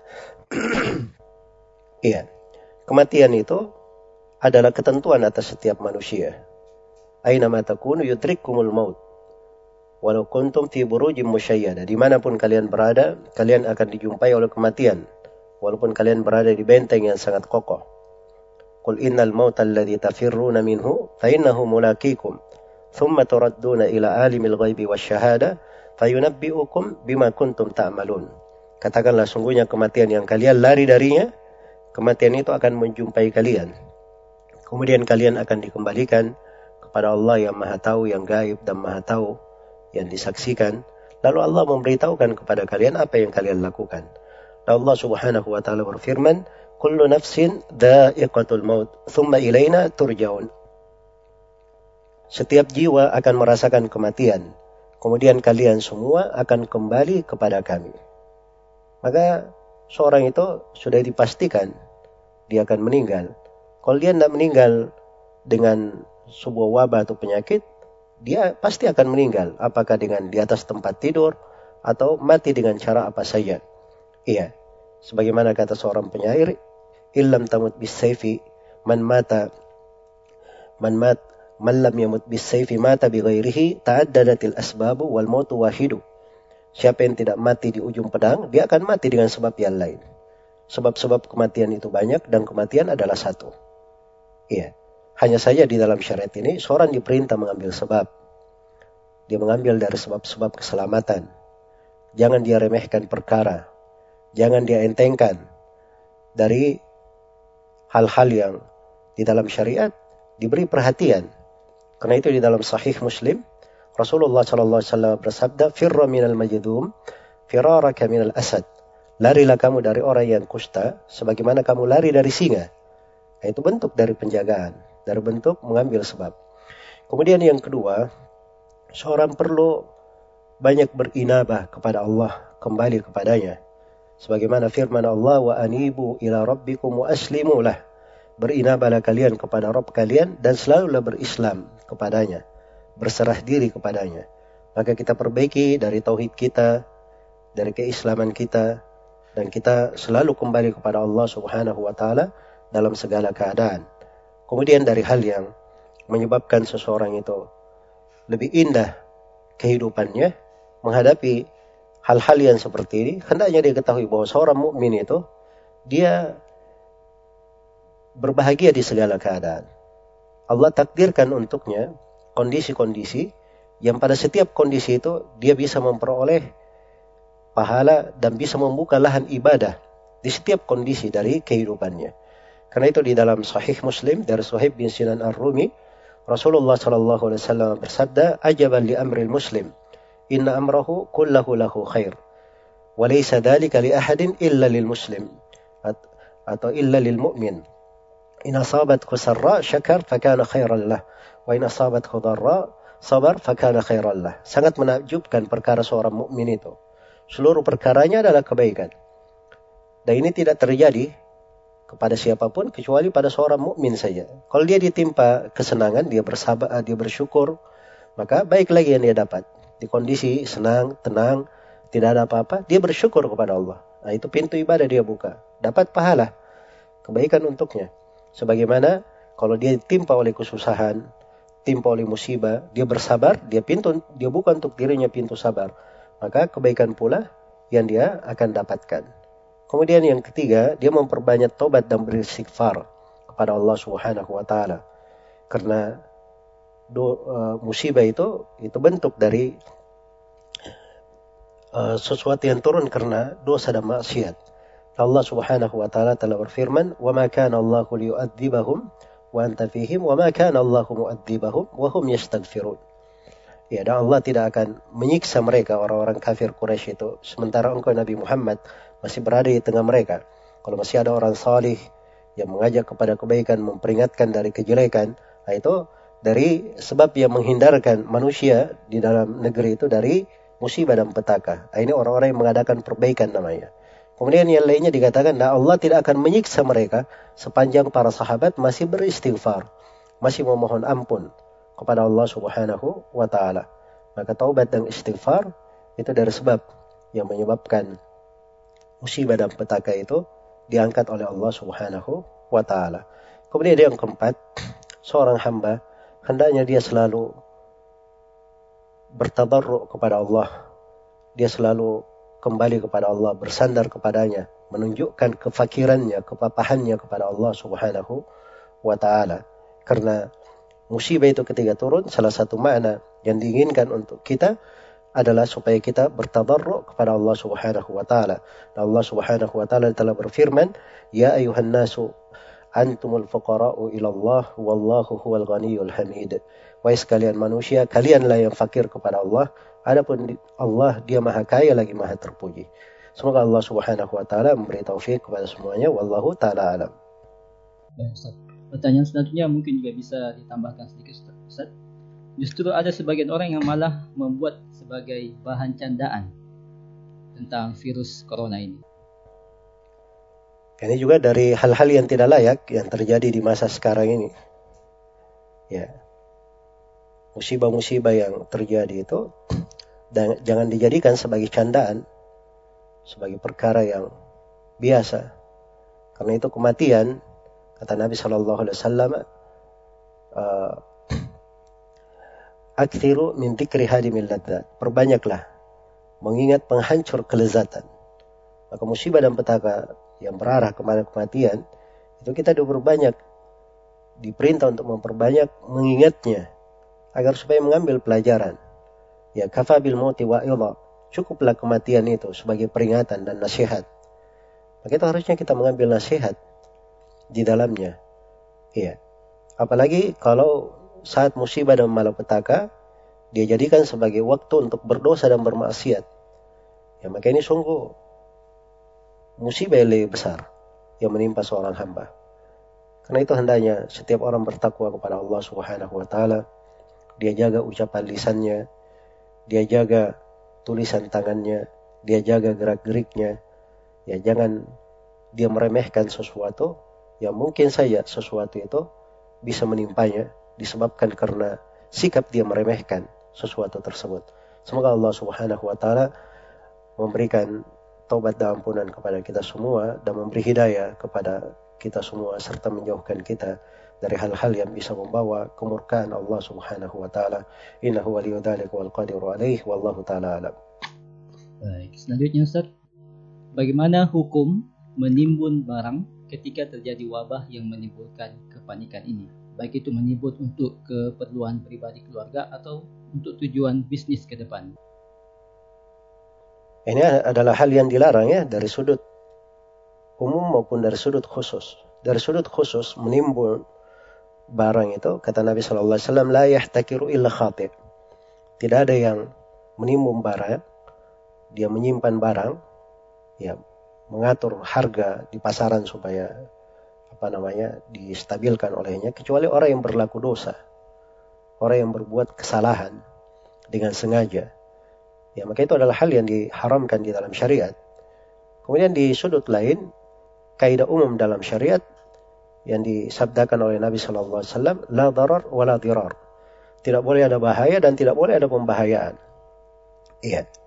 Iya. Kematian itu adalah ketentuan atas setiap manusia. Aina ma takunu yudrikkumul maut. Walau kuntum fi burujim musyayyada, dimanapun kalian berada, kalian akan dijumpai oleh kematian. Walaupun kalian berada di benteng yang sangat kokoh. Qul innal mauta alladhi tafirruna minhu, fa innahu mulaqikum. Thumma turadduna ila alimil ghaibi wasyahada, fayunabbi'ukum bima kuntum ta'malun. Katakanlah, sungguhnya kematian yang kalian lari darinya, kematian itu akan menjumpai kalian. Kemudian kalian akan dikembalikan kepada Allah yang maha tahu, yang gaib dan maha tahu, yang disaksikan. Lalu Allah memberitahukan kepada kalian apa yang kalian lakukan. Dan Allah Subhanahu wa ta'ala berfirman, kullu nafsin dha'iqatul maut, thumma ilaina turja'un. Setiap jiwa akan merasakan kematian, kemudian kalian semua akan kembali kepada kami. Maka seorang itu sudah dipastikan dia akan meninggal. Kalau dia tidak meninggal dengan sebuah wabah atau penyakit, dia pasti akan meninggal. Apakah dengan di atas tempat tidur atau mati dengan cara apa saja. Iya. Sebagaimana kata seorang penyair, illam tamut bis-sayfi man lam yamut bis-sayfi mata bi ghairihi ta'addadatil asbabu wal mautu wahidu. Siapa yang tidak mati di ujung pedang, dia akan mati dengan sebab yang lain. Sebab-sebab kematian itu banyak dan kematian adalah satu. Iya. Hanya saja di dalam syariat ini, seorang diperintah mengambil sebab. Dia mengambil dari sebab-sebab keselamatan. Jangan dia remehkan perkara. Jangan dia entengkan dari hal-hal yang di dalam syariat diberi perhatian. Karena itu di dalam Sahih Muslim, Rasulullah SAW bersabda, "Firra minal majdum, firaraka minal asad." Larilah kamu dari orang yang kusta, sebagaimana kamu lari dari singa. Itu bentuk dari penjagaan, dari bentuk mengambil sebab. Kemudian yang kedua, seorang perlu banyak berinabah kepada Allah, kembali kepadanya. Sebagaimana firman Allah, wa anibu ila rabbikum wa aslimu lah. Berinabahlah kalian kepada Rabb kalian dan selalulah berislam kepadanya, berserah diri kepadanya. Maka kita perbaiki dari tauhid kita, dari keislaman kita, dan kita selalu kembali kepada Allah Subhanahu wa ta'ala dalam segala keadaan. Kemudian dari hal yang menyebabkan seseorang itu lebih indah kehidupannya menghadapi hal-hal yang seperti ini, hendaknya dia ketahui bahwa seorang mukmin itu dia berbahagia di segala keadaan. Allah takdirkan untuknya kondisi-kondisi yang pada setiap kondisi itu dia bisa memperoleh pahala dan bisa membuka lahan ibadah di setiap kondisi dari kehidupannya. Karena itu di dalam Sahih Muslim dari Suhaib bin Sinan Ar-Rumi, Rasulullah SAW bersabda, "Ajaban li amril muslim, inna amrahu kullahu lahu khair, wa laysa dhalika li ahadin illa lil muslim, atau illa lil mu'min. In asabathu sarra syakar fakana khairan lah, wa in asabathu dharra sabar fakana khairan lah." Sangat menakjubkan perkara seorang mukmin itu. Seluruh perkaranya adalah kebaikan. Dan ini tidak terjadi kepada siapapun kecuali pada seorang mukmin saja. Kalau dia ditimpa kesenangan, dia bersabar, dia bersyukur, maka baik lagi yang dia dapat. Di kondisi senang, tenang, tidak ada apa-apa, dia bersyukur kepada Allah. Nah, itu pintu ibadah dia buka. Dapat pahala, kebaikan untuknya. Sebagaimana kalau dia ditimpa oleh kesusahan, timpa oleh musibah, dia bersabar, dia buka untuk dirinya pintu sabar. Maka kebaikan pula yang dia akan dapatkan. Kemudian yang ketiga, dia memperbanyak tobat dan beristighfar kepada Allah Subhanahu wa taala. Karena musibah itu bentuk dari sesuatu yang turun karena dosa dan maksiat. Allah Subhanahu wa taala telah berfirman, "Wa ma kana Allahu liyu'adzibahum wa anta fihim wa ma kana Allahu mu'adzibahum wa hum yastaghfirun." Ya, dan Allah tidak akan menyiksa mereka orang-orang kafir Quraisy itu sementara engkau Nabi Muhammad masih berada di tengah mereka. Kalau masih ada orang salih yang mengajak kepada kebaikan, memperingatkan dari kejelekan, nah itu dari sebab yang menghindarkan manusia di dalam negeri itu dari musibah dan petaka. Nah, ini orang-orang yang mengadakan perbaikan namanya. Kemudian yang lainnya dikatakan, nah Allah tidak akan menyiksa mereka sepanjang para sahabat masih beristighfar, masih memohon ampun kepada Allah Subhanahu wa taala. Maka taubat dan istighfar itu dari sebab yang menyebabkan musibah dan petaka itu diangkat oleh Allah Subhanahu wa taala. Kemudian yang keempat, seorang hamba hendaknya dia selalu bertadarru kepada Allah. Dia selalu kembali kepada Allah, bersandar kepadanya, menunjukkan kefakirannya, kepapahannya kepada Allah Subhanahu wa taala. Karena musibah itu ketika turun, salah satu makna yang diinginkan untuk kita adalah supaya kita bertadarru kepada Allah Subhanahu wa taala. Allah Subhanahu wa taala telah berfirman, "Ya ayuhan nasu antumul fuqara'u ila Allah wallahu huwal ghaniyyul hamid." Wahai sekalian manusia, kalianlah yang fakir kepada Allah, adapun Allah dia maha kaya lagi maha terpuji. Semoga Allah Subhanahu wa taala memberi taufik kepada semuanya. Wallahu taala alam. Ustaz, pertanyaan selanjutnya mungkin juga bisa ditambahkan sedikit Ustaz. Justru ada sebagian orang yang malah membuat sebagai bahan candaan tentang virus corona ini. Ini juga dari hal-hal yang tidak layak yang terjadi di masa sekarang ini. Ya. Musibah-musibah yang terjadi itu jangan dijadikan sebagai candaan, sebagai perkara yang biasa. Karena itu kematian, kata Nabi SAW, "Aktsiru min dzikri hadimil ladzat." Perbanyaklah mengingat penghancur kelezatan. Maka musibah dan petaka yang berarah kepada kematian itu kita diperbanyak, diperintah untuk memperbanyak mengingatnya agar supaya mengambil pelajaran. Ya, kafa bil mauti wa'idha. Cukuplah kematian itu sebagai peringatan dan nasihat. Maka itu harusnya kita mengambil nasihat di dalamnya. Iya. Apalagi kalau saat musibah dan malapetaka dia jadikan sebagai waktu untuk berdosa dan bermaksiat. Ya, maka ini sungguh musibah yang lebih besar yang menimpa seorang hamba. Karena itu hendaknya setiap orang bertakwa kepada Allah Subhanahu wa taala. Dia jaga ucapan lisannya, dia jaga tulisan tangannya, dia jaga gerak-geriknya. Ya, jangan dia meremehkan sesuatu yang mungkin saja sesuatu itu bisa menimpanya disebabkan karena sikap dia meremehkan sesuatu tersebut. Semoga Allah Subhanahu wa taala memberikan taubat dan ampunan kepada kita semua dan memberi hidayah kepada kita semua serta menjauhkan kita dari hal-hal yang bisa membawa kemurkaan Allah Subhanahu wa taala. Innahu waliyyu dzalika wal qadiru alaihi wallahu taala alam. Baik, selanjutnya Ustaz, bagaimana hukum menimbun barang ketika terjadi wabah yang menimbulkan kepanikan ini? Baik itu menimbun untuk keperluan pribadi keluarga atau untuk tujuan bisnis ke depan. Ini adalah hal yang dilarang ya, dari sudut umum maupun dari sudut khusus. Dari sudut khusus menimbun barang itu, kata Nabi SAW, la yahtakiru illa khati'. Tidak ada yang menimbun barang, dia menyimpan barang, ya, mengatur harga di pasaran supaya distabilkan olehnya, kecuali orang yang berlaku dosa, orang yang berbuat kesalahan dengan sengaja. Ya, maka itu adalah hal yang diharamkan di dalam syariat. Kemudian di sudut lain, kaidah umum dalam syariat yang disabdakan oleh Nabi SAW, la darar wa la dirar. Tidak boleh ada bahaya dan tidak boleh ada pembahayaan. Iya.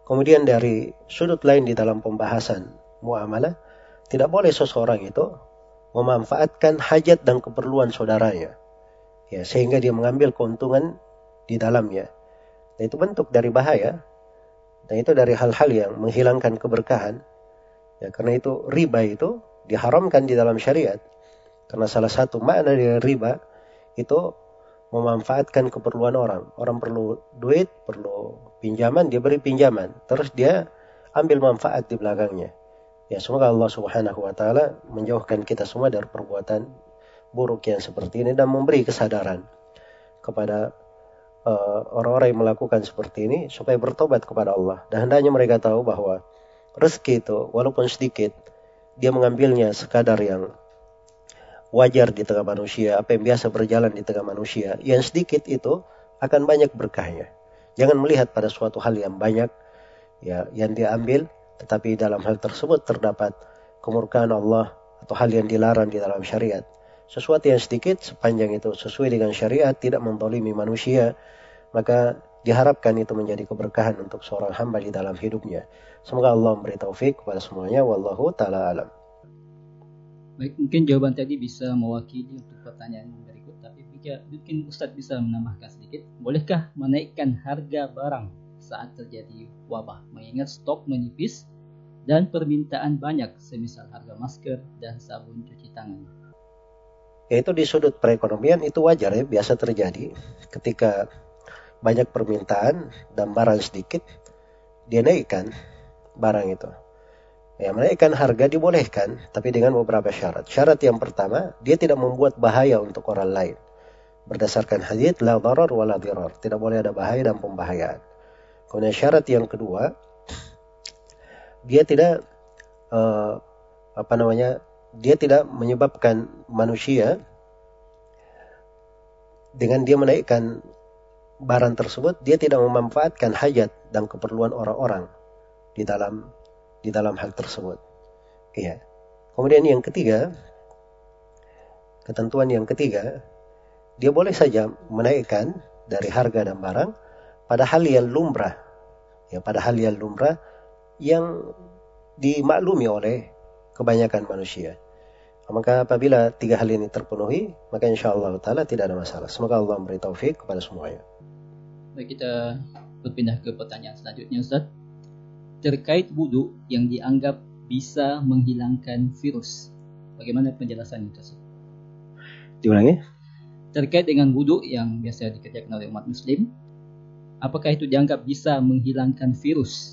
Kemudian dari sudut lain di dalam pembahasan muamalah, tidak boleh seseorang itu memanfaatkan hajat dan keperluan saudaranya, ya, sehingga dia mengambil keuntungan di dalamnya. Dan itu bentuk dari bahaya, dan itu dari hal-hal yang menghilangkan keberkahan. Ya, karena itu riba itu diharamkan di dalam syariat. Karena salah satu makna dari riba itu memanfaatkan keperluan orang. Orang perlu duit, perlu pinjaman, dia beri pinjaman, terus dia ambil manfaat di belakangnya. Ya, semoga Allah Subhanahu wa taala menjauhkan kita semua dari perbuatan buruk yang seperti ini dan memberi kesadaran kepada orang-orang yang melakukan seperti ini supaya bertobat kepada Allah. Dan hendaknya mereka tahu bahwa rezeki itu walaupun sedikit, dia mengambilnya sekadar yang wajar di tengah manusia, apa yang biasa berjalan di tengah manusia. Yang sedikit itu akan banyak berkahnya. Jangan melihat pada suatu hal yang banyak, ya, yang dia ambil, tetapi dalam hal tersebut terdapat kemurkaan Allah atau hal yang dilarang di dalam syariat. Sesuatu yang sedikit sepanjang itu sesuai dengan syariat, tidak menzalimi manusia, maka diharapkan itu menjadi keberkahan untuk seorang hamba di dalam hidupnya. Semoga Allah memberi taufik kepada semuanya. Wallahu ta'ala alam. Baik, mungkin jawaban tadi bisa mewakili untuk pertanyaan berikut, tapi mungkin Ustadz bisa menambahkan sedikit. Bolehkah menaikkan harga barang saat terjadi wabah, mengingat stok menipis dan permintaan banyak, semisal harga masker dan sabun cuci tangan? Yaitu di sudut perekonomian itu wajar, ya, biasa terjadi. Ketika banyak permintaan dan barang sedikit, dia naikkan barang itu. Ya, menaikkan harga dibolehkan, tapi dengan beberapa syarat. Syarat yang pertama, dia tidak membuat bahaya untuk orang lain. Berdasarkan hadits, la darar wa la dirar. Tidak boleh ada bahaya dan pembahayaan. Kemudian syarat yang kedua, dia tidak dia tidak menyebabkan manusia dengan dia menaikkan barang tersebut, dia tidak memanfaatkan hajat dan keperluan orang-orang di dalam hal tersebut. Iya. Kemudian yang ketiga, ketentuan yang ketiga, dia boleh saja menaikkan dari harga dan barang pada hal yang lumrah, ya, pada hal yang lumrah yang dimaklumi oleh kebanyakan manusia. Maka apabila tiga hal ini terpenuhi, maka insyaAllah ta'ala tidak ada masalah. Semoga Allah memberi taufik kepada semuanya. Baik, kita berpindah ke pertanyaan selanjutnya, Ustaz. Terkait wudu yang dianggap bisa menghilangkan virus, bagaimana penjelasan itu? Diulangi? Terkait dengan wudu yang biasa dikerjakan oleh umat muslim, apakah itu dianggap bisa menghilangkan virus?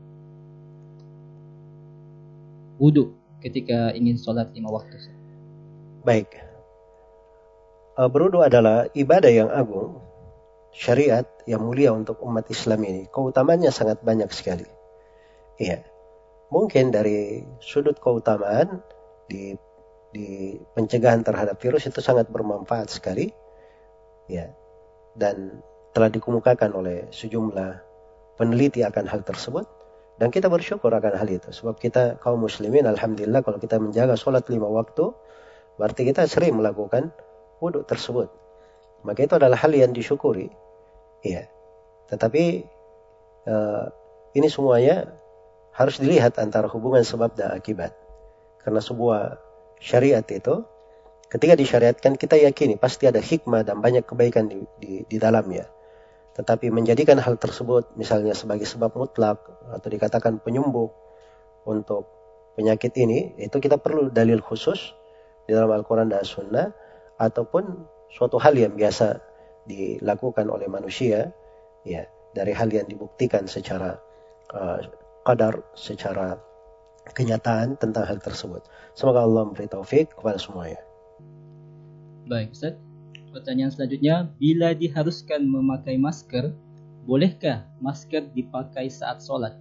Wudu ketika ingin sholat 5 waktu. Baik. Berwudu adalah ibadah yang agung, syariat yang mulia untuk umat Islam ini. Keutamaannya sangat banyak sekali. Iya. Mungkin dari sudut keutamaan di pencegahan terhadap virus itu sangat bermanfaat sekali. Ya. Dan telah dikemukakan oleh sejumlah peneliti akan hal tersebut. Dan kita bersyukur akan hal itu. Sebab kita kaum muslimin, alhamdulillah, kalau kita menjaga sholat 5 waktu, berarti kita sering melakukan wudu tersebut. Maka itu adalah hal yang disyukuri. Iya. Tetapi ini semuanya harus dilihat antara hubungan sebab dan akibat. Karena sebuah syariat itu, ketika disyariatkan, kita yakini pasti ada hikmah dan banyak kebaikan di dalamnya. Tetapi menjadikan hal tersebut misalnya sebagai sebab mutlak atau dikatakan penyembuh untuk penyakit ini, itu kita perlu dalil khusus di dalam Al-Quran dan As-Sunnah, ataupun suatu hal yang biasa dilakukan oleh manusia, ya, dari hal yang dibuktikan secara qadar, secara kenyataan tentang hal tersebut. Semoga Allah memberi taufik kepada semuanya. Baik, Ustaz. Pertanyaan selanjutnya, bila diharuskan memakai masker, bolehkah masker dipakai saat sholat?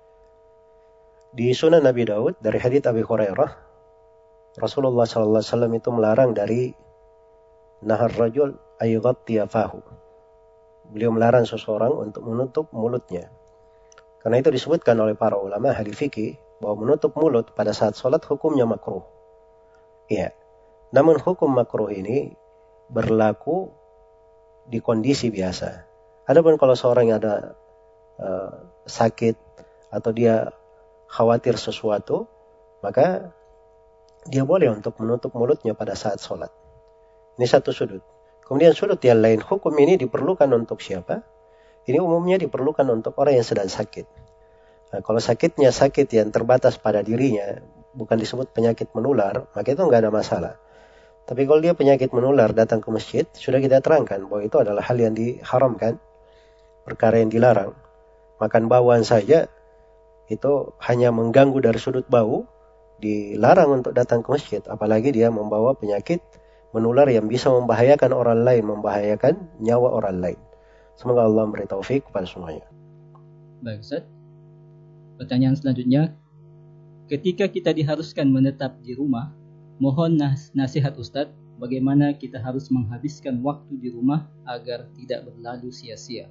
Di Sunan Nabi Daud dari hadits Abi Hurairah, Rasulullah SAW itu melarang dari nahar rajul ayyughatti fahu. Beliau melarang seseorang untuk menutup mulutnya. Karena itu disebutkan oleh para ulama ahli fikih bahwa menutup mulut pada saat sholat hukumnya makruh. Iya. Namun hukum makruh ini berlaku di kondisi biasa. Adapun kalau seorang yang ada sakit atau dia khawatir sesuatu, maka dia boleh untuk menutup mulutnya pada saat sholat. Ini satu sudut. Kemudian sudut yang lain, hukum ini diperlukan untuk siapa? Ini umumnya diperlukan untuk orang yang sedang sakit. Nah, kalau sakitnya sakit yang terbatas pada dirinya, bukan disebut penyakit menular, maka itu nggak ada masalah. Tapi kalau dia penyakit menular datang ke masjid, sudah kita terangkan bahwa itu adalah hal yang diharamkan, perkara yang dilarang. Makan bawaan saja, itu hanya mengganggu dari sudut bau, dilarang untuk datang ke masjid. Apalagi dia membawa penyakit menular yang bisa membahayakan orang lain, membahayakan nyawa orang lain. Semoga Allah memberi taufik kepada semuanya. Baik, Ustaz. Pertanyaan selanjutnya, ketika kita diharuskan menetap di rumah, mohon nasihat Ustaz, bagaimana kita harus menghabiskan waktu di rumah agar tidak berlalu sia-sia.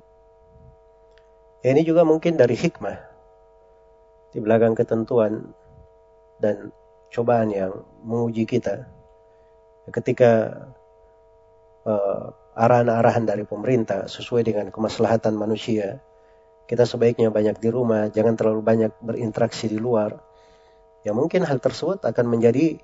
Ini juga mungkin dari hikmah di belakang ketentuan dan cobaan yang menguji kita. Ketika arahan-arahan dari pemerintah sesuai dengan kemaslahatan manusia, kita sebaiknya banyak di rumah, jangan terlalu banyak berinteraksi di luar. Ya mungkin hal tersebut akan menjadi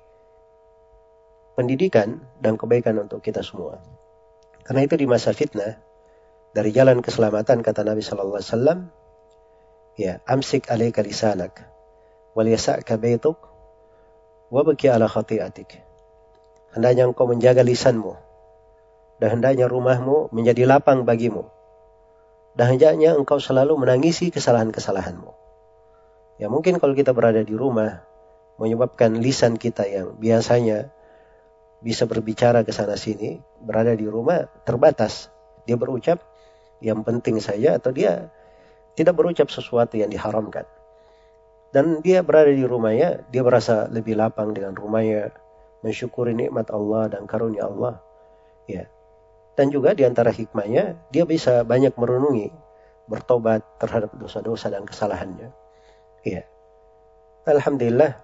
pendidikan dan kebaikan untuk kita semua. Karena itu di masa fitnah, dari jalan keselamatan kata Nabi sallallahu alaihi wasallam, ya amsik alaika lisanak wal yasa'ka baituk wa baki ala khati'atik. Hendaknya engkau menjaga lisanmu dan hendaknya rumahmu menjadi lapang bagimu. Dan hendaknya engkau selalu menangisi kesalahan-kesalahanmu. Ya mungkin kalau kita berada di rumah, menyebabkan lisan kita yang biasanya bisa berbicara ke sana sini, berada di rumah terbatas. Dia berucap yang penting saja atau dia tidak berucap sesuatu yang diharamkan. Dan dia berada di rumahnya, dia merasa lebih lapang dengan rumahnya, mensyukuri nikmat Allah dan karunia Allah. Ya. Dan juga di antara hikmahnya, dia bisa banyak merenungi, bertobat terhadap dosa-dosa dan kesalahannya. Ya. Alhamdulillah,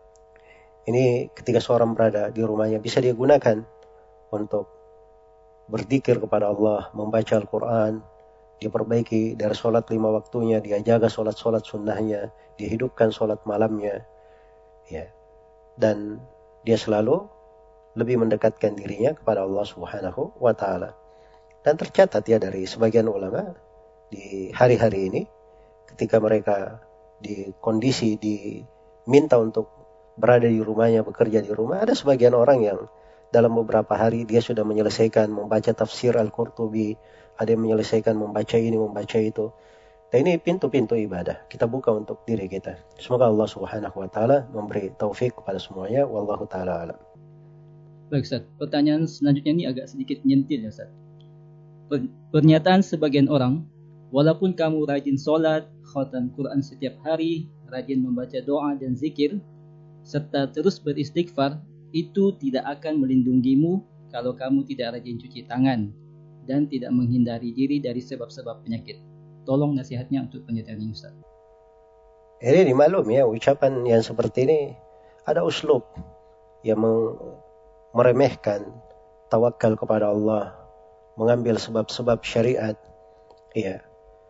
ini ketika seorang berada di rumahnya, bisa dia gunakan untuk berzikir kepada Allah, membaca Al-Quran, dia perbaiki dari sholat 5 waktunya, dia jaga sholat-sholat sunnahnya, dia hidupkan sholat malamnya. Ya. Dan dia selalu lebih mendekatkan dirinya kepada Allah Subhanahu wa ta'ala. Dan tercatat ya dari sebagian ulama di hari-hari ini, ketika mereka di kondisi diminta untuk berada di rumahnya, bekerja di rumah, ada sebagian orang yang dalam beberapa hari dia sudah menyelesaikan membaca tafsir Al-Qurtubi, ada yang menyelesaikan membaca ini, membaca itu. Dan ini pintu-pintu ibadah kita buka untuk diri kita. Semoga Allah Subhanahu wa ta'ala memberi taufik kepada semuanya. Wallahu ta'ala alam. Baik Ustaz, pertanyaan selanjutnya ini agak sedikit nyentil ya Ustaz. Pernyataan sebagian orang, walaupun kamu rajin sholat, khatam Quran setiap hari, rajin membaca doa dan zikir, serta terus beristighfar, itu tidak akan melindungimu kalau kamu tidak rajin cuci tangan dan tidak menghindari diri dari sebab-sebab penyakit. Tolong nasihatnya untuk pernyataan ini Ustaz. Ini dimaklum ya, ucapan yang seperti ini ada uslub yang meremehkan tawakal kepada Allah, mengambil sebab-sebab syariat. Ya.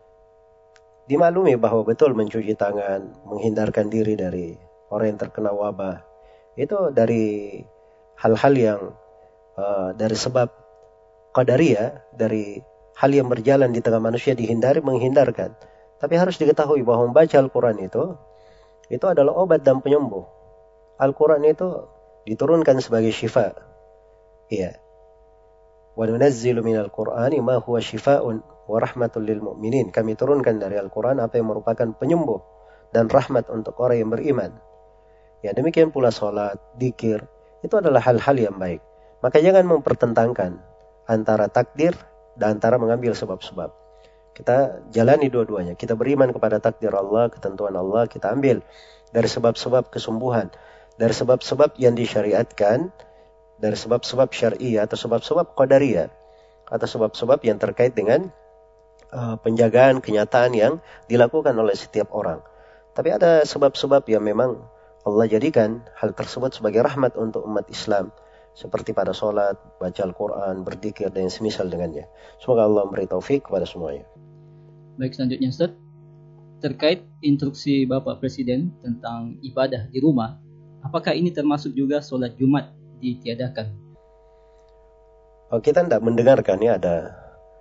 Dimaklumi bahwa betul mencuci tangan, menghindarkan diri dari orang yang terkena wabah, itu dari hal-hal yang dari sebab qadariyah, dari hal yang berjalan di tengah manusia dihindari, menghindarkan. Tapi harus diketahui bahwa membaca Al-Quran itu adalah obat dan penyembuh. Al-Quran itu diturunkan sebagai syifa. Iya. Wa nunazzilu minal Qur'ani ma huwa syifaa'un wa rahmatul lil mu'minin. Kami turunkan dari Al-Quran apa yang merupakan penyembuh dan rahmat untuk orang yang beriman. Ya, demikian pula salat, zikir, itu adalah hal-hal yang baik. Maka jangan mempertentangkan antara takdir dan antara mengambil sebab-sebab. Kita jalani dua-duanya. Kita beriman kepada takdir Allah, ketentuan Allah, kita ambil dari sebab-sebab kesembuhan, dari sebab-sebab yang disyariatkan, dari sebab-sebab syar'i atau sebab-sebab qadariyah, atau sebab-sebab yang terkait dengan penjagaan kenyataan yang dilakukan oleh setiap orang. Tapi ada sebab-sebab yang memang Allah jadikan hal tersebut sebagai rahmat untuk umat Islam, seperti pada sholat, baca Al-Quran, berzikir dan semisal dengannya. Semoga Allah memberi taufik kepada semuanya. Baik, selanjutnya Ustaz, terkait instruksi Bapak Presiden tentang ibadah di rumah, apakah ini termasuk juga sholat Jumat ditiadakan? Kita tidak mendengarkan ya ada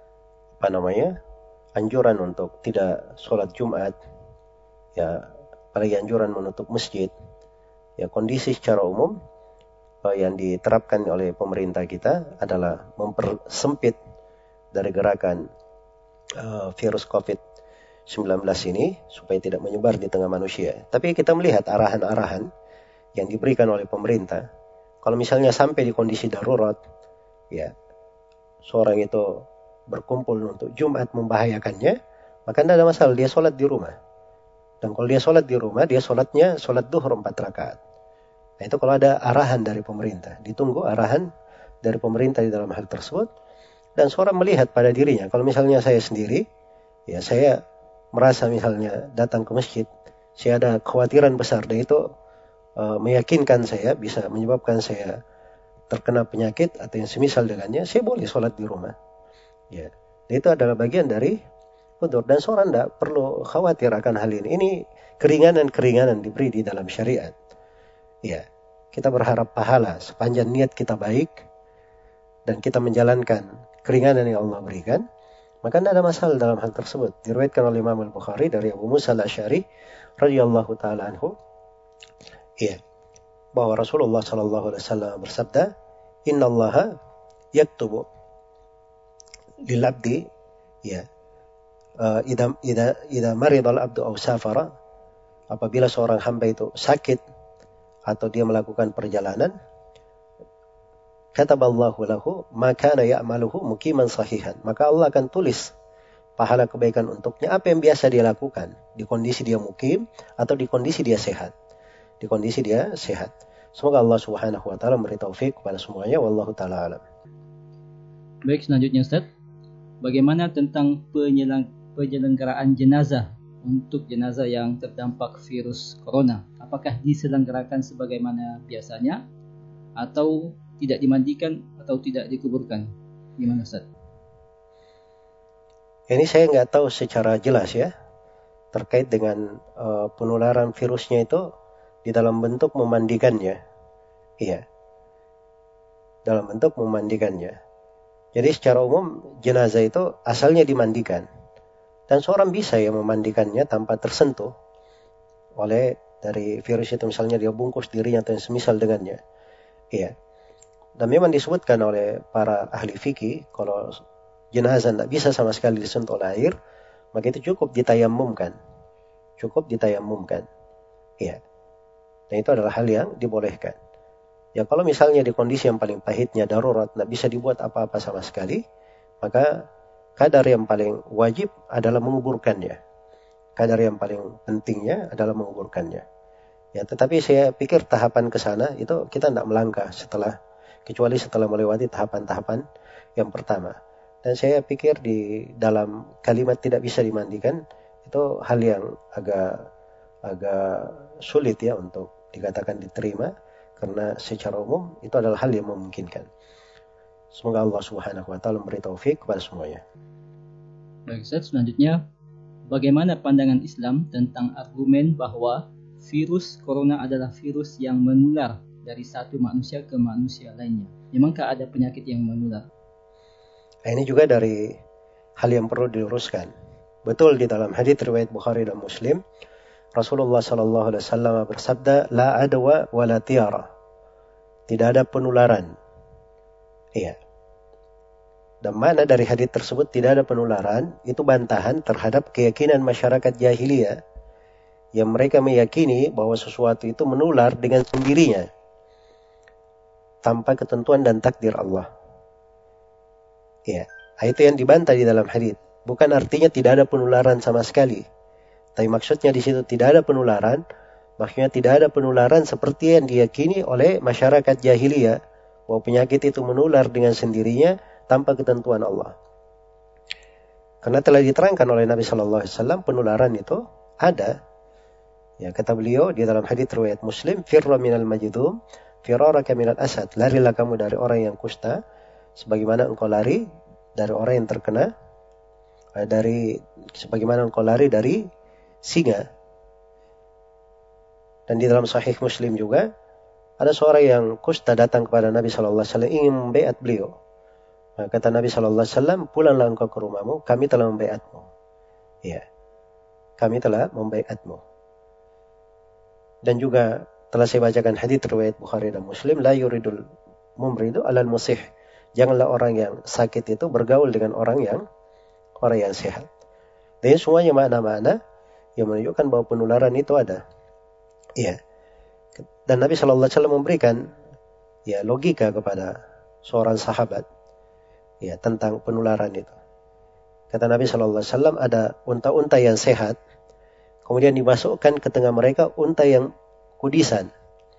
anjuran untuk tidak sholat Jumat, ya apalagi anjuran menutup masjid. Ya kondisi secara umum yang diterapkan oleh pemerintah kita adalah mempersempit dari gerakan virus COVID-19 ini supaya tidak menyebar di tengah manusia. Tapi kita melihat arahan-arahan yang diberikan oleh pemerintah. Kalau misalnya sampai di kondisi darurat, ya seorang itu berkumpul untuk Jumat membahayakannya, maka tidak ada masalah, dia sholat di rumah. Dan kalau dia sholat di rumah, dia sholatnya sholat duhur 4 rakaat. Nah, itu kalau ada arahan dari pemerintah. Ditunggu arahan dari pemerintah di dalam hal tersebut. Dan seorang melihat pada dirinya. Kalau misalnya saya sendiri, ya saya merasa misalnya datang ke masjid, saya ada kekhawatiran besar. Dan itu meyakinkan saya, bisa menyebabkan saya terkena penyakit atau yang semisal dengannya, saya boleh sholat di rumah. Ya, itu adalah bagian dari udzur. Dan seorang tidak perlu khawatir akan hal ini. Ini keringanan-keringanan diberi di dalam syariat. Ya, kita berharap pahala sepanjang niat kita baik dan kita menjalankan keringanan yang Allah berikan, maka tidak ada masalah dalam hal tersebut. Diriwayatkan oleh Imam Al-Bukhari dari Abu Musa Al-Asy'ari radhiyallahu taala anhu, ya, bahwa Rasulullah sallallahu alaihi wasallam bersabda, "Innallaha yaktubu lil 'abdi ya idza marida al-'abdu aw safara." Apabila seorang hamba itu sakit atau dia melakukan perjalanan, kataballahu lahu ma kana ya'maluhu muqiman sahihan, maka Allah akan tulis pahala kebaikan untuknya apa yang biasa dia lakukan di kondisi dia mukim atau di kondisi dia sehat. Di kondisi dia sehat. Semoga Allah Subhanahu wa taala memberi taufik kepada semuanya, wallahu taala alam. Baik, selanjutnya Ustaz, bagaimana tentang penyelenggaraan jenazah untuk jenazah yang terdampak virus corona? Apakah diselenggarakan sebagaimana biasanya atau tidak dimandikan atau tidak dikuburkan? Gimana Ustaz? Ini saya nggak tahu secara jelas ya terkait dengan penularan virusnya itu di dalam bentuk memandikannya. Iya, dalam bentuk memandikannya. Jadi secara umum jenazah itu asalnya dimandikan. Dan seorang bisa ya memandikannya tanpa tersentuh oleh dari virus itu, misalnya dia bungkus dirinya atau yang semisal dengannya. Iya. Dan memang disebutkan oleh para ahli fikih, kalau jenazah tidak bisa sama sekali disentuh oleh air, maka itu cukup ditayamumkan. Cukup ditayamumkan. Iya. Dan itu adalah hal yang dibolehkan. Ya kalau misalnya di kondisi yang paling pahitnya darurat, tidak bisa dibuat apa-apa sama sekali, maka kadar yang paling wajib adalah menguburkannya. Kadar yang paling pentingnya adalah menguburkannya. Ya, tetapi saya pikir tahapan ke sana itu kita tidak melangkah kecuali setelah melewati tahapan-tahapan yang pertama. Dan saya pikir di dalam kalimat tidak bisa dimandikan itu hal yang agak sulit ya untuk dikatakan diterima, karena secara umum itu adalah hal yang memungkinkan. Semoga Allah Subhanahu wa taala memberi taufik kepada semuanya. Baik Ustaz, selanjutnya bagaimana pandangan Islam tentang argumen bahwa virus corona adalah virus yang menular dari satu manusia ke manusia lainnya? Memangkah ada penyakit yang menular? Nah, ini juga dari hal yang perlu diluruskan. Betul di dalam hadits riwayat Bukhari dan Muslim, Rasulullah sallallahu alaihi wasallam bersabda, "La adwa wa la tiara." Tidak ada penularan. Iya. Dan mana dari hadits tersebut tidak ada penularan, itu bantahan terhadap keyakinan masyarakat jahiliyah yang mereka meyakini bahwa sesuatu itu menular dengan sendirinya tanpa ketentuan dan takdir Allah. Ya, itu yang dibantah di dalam hadits. Bukan artinya tidak ada penularan sama sekali. Tapi maksudnya di situ tidak ada penularan, maksudnya tidak ada penularan seperti yang diyakini oleh masyarakat jahiliyah bahwa penyakit itu menular dengan sendirinya tanpa ketentuan Allah. Karena telah diterangkan oleh Nabi sallallahu alaihi wasallam penularan itu ada. Ya, kata beliau di dalam hadits riwayat Muslim, "Firra minal majdum, firaraka minal asad." Larilah kamu dari orang yang kusta sebagaimana engkau lari dari orang yang terkena sebagaimana engkau lari dari singa. Dan di dalam Sahih Muslim juga ada seorang yang kusta datang kepada Nabi Sallallahu Alaihi Wasallam ingin membaiat beliau. Maka kata Nabi Sallallahu Alaihi Wasallam, pulanglah engkau ke rumahmu, kami telah membaiatmu. Ya, kami telah membaiatmu. Dan juga telah saya bacakan hadits riwayat Bukhari dan Muslim, la yuridul mumridu alal musih. Janganlah orang yang sakit itu bergaul dengan orang yang sehat. Dan semuanya makna-makna yang menunjukkan bahwa penularan itu ada. Iya. Dan Nabi Shallallahu Alaihi Wasallam memberikan logika kepada seorang sahabat tentang penularan itu. Kata Nabi Shallallahu Alaihi Wasallam, ada unta-unta yang sehat, kemudian dimasukkan ke tengah mereka unta yang kudisan.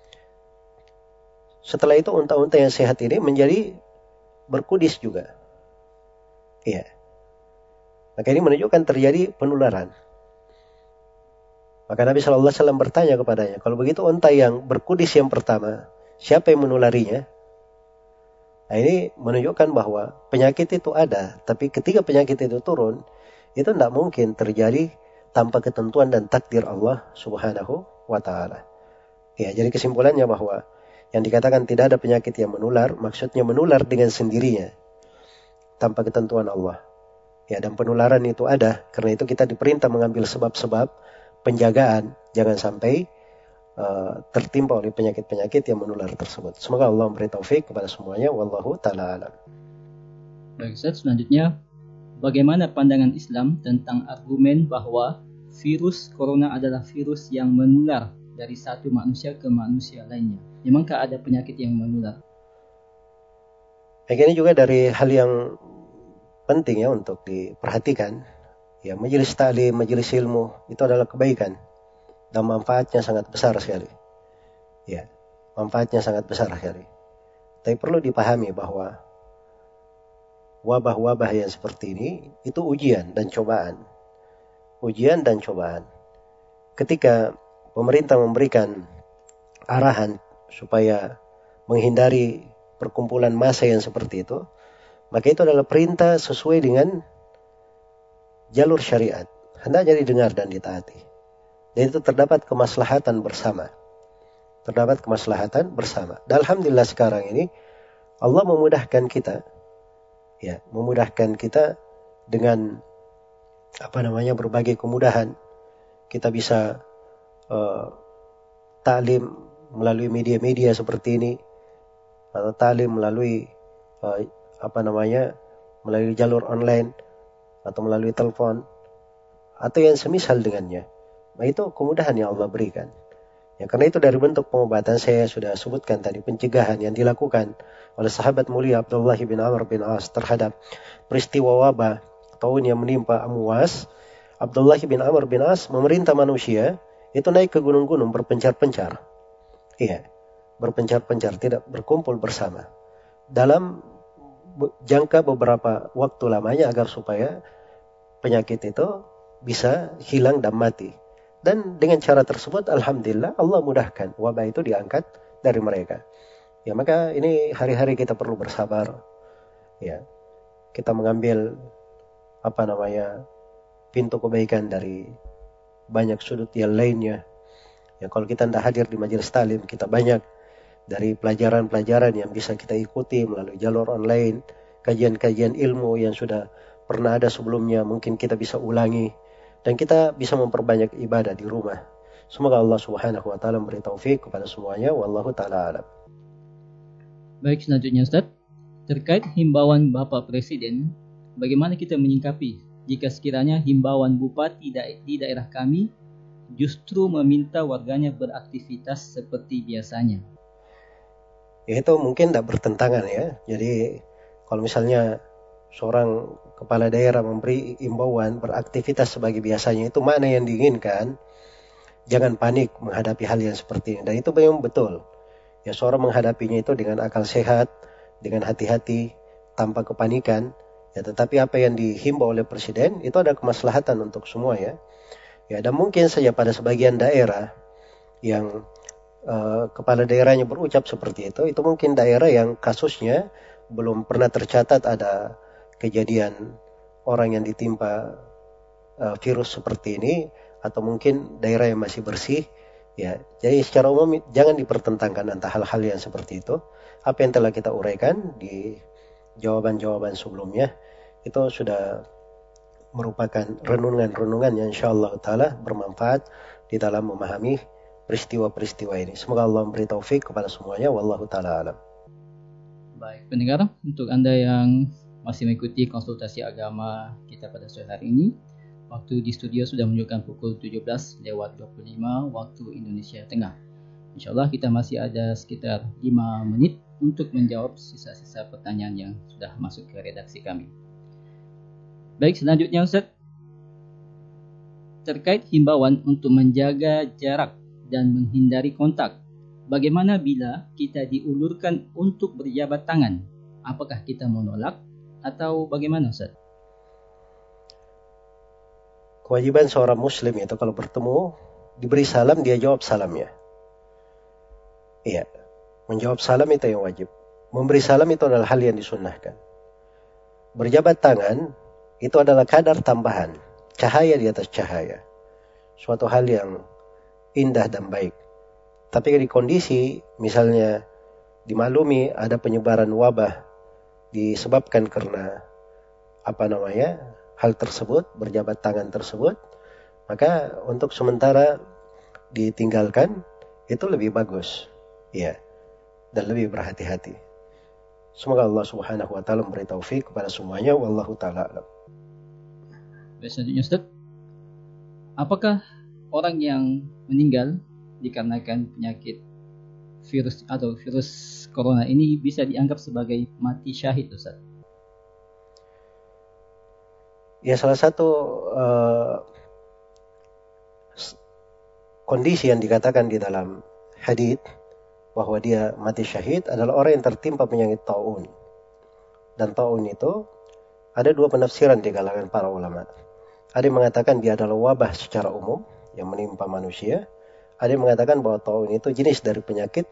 Setelah itu unta-unta yang sehat ini menjadi berkudis juga. Iya. Maka ini menunjukkan terjadi penularan. Maka Nabi Shallallahu Alaihi Wasallam bertanya kepadanya, kalau begitu unta yang berkudis yang pertama, siapa yang menularinya? Nah, ini menunjukkan bahwa penyakit itu ada, tapi ketika penyakit itu turun, itu tidak mungkin terjadi tanpa ketentuan dan takdir Allah Subhanahu wa Ta'ala. Ya, jadi kesimpulannya bahwa yang dikatakan tidak ada penyakit yang menular, maksudnya menular dengan sendirinya tanpa ketentuan Allah. Ya, dan penularan itu ada, karena itu kita diperintah mengambil sebab-sebab penjagaan, jangan sampai tertimpa oleh penyakit-penyakit yang menular tersebut. Semoga Allah memberi taufik kepada semuanya. Wallahu ta'ala alam. Baik Ustaz, selanjutnya, bagaimana pandangan Islam tentang argumen bahwa virus corona adalah virus yang menular dari satu manusia ke manusia lainnya? Memangkah ada penyakit yang menular? Ini juga dari hal yang penting ya untuk diperhatikan. Ya, majelis ta'lim, majelis ilmu itu adalah kebaikan. Dan manfaatnya sangat besar sekali. Ya, manfaatnya sangat besar sekali. Tapi perlu dipahami bahwa wabah-wabah yang seperti ini itu ujian dan cobaan. Ujian dan cobaan. Ketika pemerintah memberikan arahan supaya menghindari perkumpulan massa yang seperti itu, maka itu adalah perintah sesuai dengan jalur syariat. Hendaknya didengar dan ditaati. Dan itu terdapat kemaslahatan bersama. Terdapat kemaslahatan bersama. Dan alhamdulillah sekarang ini Allah memudahkan kita. Ya, memudahkan kita dengan berbagai kemudahan. Kita bisa ta'lim melalui media-media seperti ini, atau ta'lim melalui melalui jalur online atau melalui telepon atau yang semisal dengannya. Nah, itu kemudahan yang Allah berikan. Ya, karena itu dari bentuk pengobatan saya sudah sebutkan tadi, pencegahan yang dilakukan oleh sahabat mulia Abdullah bin Amr bin As terhadap peristiwa wabah tahun yang menimpa Amwas. Abdullah bin Amr bin As memerintah manusia itu naik ke gunung-gunung berpencar-pencar. Iya, berpencar-pencar, tidak berkumpul bersama. Dalam jangka beberapa waktu lamanya agar supaya penyakit itu bisa hilang dan mati. Dan dengan cara tersebut, alhamdulillah, Allah mudahkan wabah itu diangkat dari mereka. Ya, maka ini hari-hari kita perlu bersabar. Ya, kita mengambil pintu kebaikan dari banyak sudut yang lainnya. Ya, kalau kita tidak hadir di majelis ta'lim, kita banyak dari pelajaran-pelajaran yang bisa kita ikuti melalui jalur online, kajian-kajian ilmu yang sudah pernah ada sebelumnya, mungkin kita bisa ulangi. Dan kita bisa memperbanyak ibadah di rumah. Semoga Allah Subhanahu wa Ta'ala memberi taufik kepada semuanya. Wallahu ta'ala alam. Baik, selanjutnya Ustaz, terkait himbauan Bapak Presiden, bagaimana kita menyikapi jika sekiranya himbauan bupati di daerah kami justru meminta warganya beraktivitas seperti biasanya? Ya, itu mungkin tidak bertentangan ya. Jadi kalau misalnya seorang kepala daerah memberi imbauan beraktivitas sebagai biasanya, itu mana yang diinginkan. Jangan panik menghadapi hal yang seperti ini. Dan itu memang betul. Ya, seorang menghadapinya itu dengan akal sehat, dengan hati-hati, tanpa kepanikan. Ya, tetapi apa yang dihimbau oleh Presiden itu ada kemaslahatan untuk semua ya. Ya, dan mungkin saja pada sebagian daerah yang kepala daerahnya berucap seperti itu mungkin daerah yang kasusnya belum pernah tercatat ada kejadian orang yang ditimpa virus seperti ini, atau mungkin daerah yang masih bersih. Ya, jadi secara umum jangan dipertentangkan antara hal-hal yang seperti itu. Apa yang telah kita uraikan di jawaban-jawaban sebelumnya itu sudah merupakan renungan-renungan yang insyaallah ta'ala bermanfaat di dalam memahami peristiwa-peristiwa ini. Semoga Allah memberi taufik kepada semuanya. Wallahu ta'ala alam. Baik pendengar, untuk Anda yang masih mengikuti konsultasi agama kita pada sore hari ini, waktu di studio sudah menunjukkan pukul 17.25 waktu Indonesia Tengah. InsyaAllah kita masih ada sekitar 5 menit untuk menjawab sisa-sisa pertanyaan yang sudah masuk ke redaksi kami. Baik, selanjutnya Ustaz, terkait himbauan untuk menjaga jarak dan menghindari kontak, bagaimana bila kita diulurkan untuk berjabat tangan? Apakah kita menolak atau bagaimana Ustaz? Kewajiban seorang muslim itu kalau bertemu, diberi salam, dia jawab salamnya. Iya, menjawab salam itu yang wajib. Memberi salam itu adalah hal yang disunnahkan. Berjabat tangan itu adalah kadar tambahan, cahaya di atas cahaya. Suatu hal yang indah dan baik. Tapi di kondisi, misalnya dimaklumi ada penyebaran wabah disebabkan karena hal tersebut, berjabat tangan tersebut, maka untuk sementara ditinggalkan itu lebih bagus. Ya, dan lebih berhati-hati. Semoga Allah Subhanahu wa taala memberi taufik kepada semuanya. Wallahu taala alam. Selanjutnya Ustaz, apakah orang yang meninggal dikarenakan penyakit virus atau virus corona ini bisa dianggap sebagai mati syahid Ustaz? Ya, salah satu kondisi yang dikatakan di dalam hadits bahwa dia mati syahid adalah orang yang tertimpa penyakit taun. Dan taun itu ada dua penafsiran di kalangan para ulama. Ada yang mengatakan dia adalah wabah secara umum yang menimpa manusia. Ada yang mengatakan bahwa taun itu jenis dari penyakit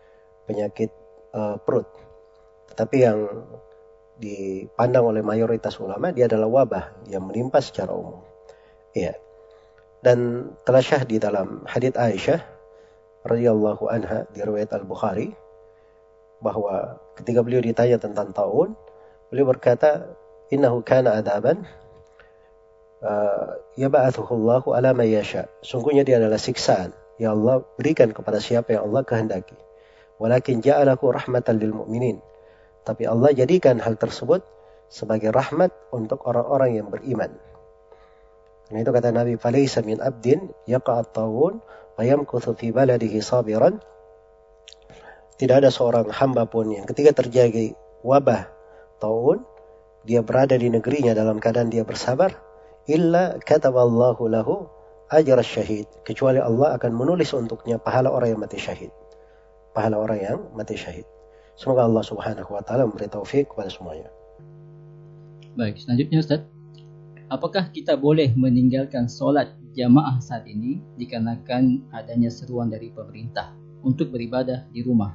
perut. Tetapi yang dipandang oleh mayoritas ulama dia adalah wabah yang menimpa secara umum. Iya. Dan telah syah di dalam hadits Aisyah radhiyallahu anha di riwayat Al-Bukhari bahwa ketika beliau ditanya tentang taun, beliau berkata, innahu kana adaban yab'athuhu Allahu ala man yasha. Sungguhnya dia adalah siksaan yang Allah berikan kepada siapa yang Allah kehendaki. Walakin ja'alahu rahmatan lil mu'minin. Tapi Allah jadikan hal tersebut sebagai rahmat untuk orang-orang yang beriman. Karena itu kata Nabi, falaysa min abdin yaqa'at taun fayamkuthu fi baladihi sabiran. Tidak ada seorang hamba pun yang ketika terjadi wabah taun, dia berada di negerinya dalam keadaan dia bersabar, illa kataballahu lahu ajra syahid, kecuali Allah akan menulis untuknya pahala orang yang mati syahid. Pahala orang yang mati syahid. Semoga Allah Subhanahu wa taala memberi taufik kepada semuanya. Baik, selanjutnya Ustaz, apakah kita boleh meninggalkan solat jamaah saat ini dikarenakan adanya seruan dari pemerintah untuk beribadah di rumah?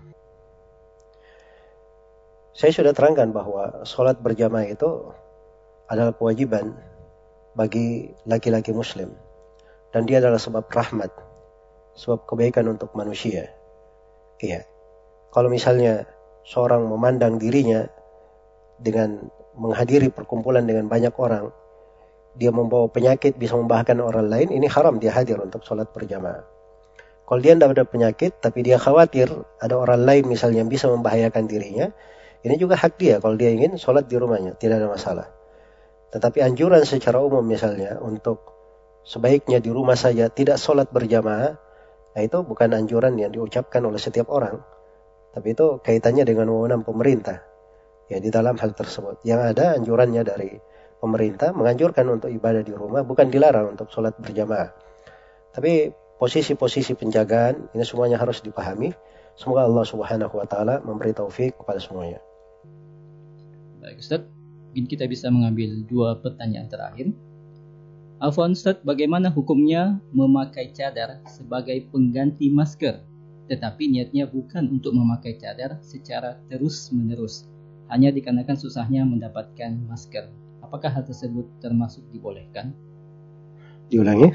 Saya sudah terangkan bahwa solat berjamaah itu adalah kewajiban bagi laki-laki muslim. Dan dia adalah sebab rahmat, sebab kebaikan untuk manusia. Iya. Kalau misalnya seorang memandang dirinya dengan menghadiri perkumpulan dengan banyak orang, dia membawa penyakit, bisa membahayakan orang lain, ini haram dia hadir untuk sholat berjamaah. Kalau dia tidak ada penyakit, tapi dia khawatir ada orang lain misalnya yang bisa membahayakan dirinya, ini juga hak dia kalau dia ingin sholat di rumahnya, tidak ada masalah. Tetapi anjuran secara umum misalnya untuk sebaiknya di rumah saja tidak sholat berjamaah, nah itu bukan anjuran yang diucapkan oleh setiap orang. Tapi itu kaitannya dengan wewenang pemerintah. Ya, di dalam hal tersebut. Yang ada anjurannya dari pemerintah menganjurkan untuk ibadah di rumah, bukan dilarang untuk sholat berjamaah. Tapi posisi-posisi penjagaan ini semuanya harus dipahami. Semoga Allah Subhanahu wa taala memberi taufik kepada semuanya. Baik Ustaz, mungkin kita bisa mengambil 2 pertanyaan terakhir. Afwan Ustaz, bagaimana hukumnya memakai cadar sebagai pengganti masker, tetapi niatnya bukan untuk memakai cadar secara terus-menerus, hanya dikarenakan susahnya mendapatkan masker? Apakah hal tersebut termasuk dibolehkan? Diulangi.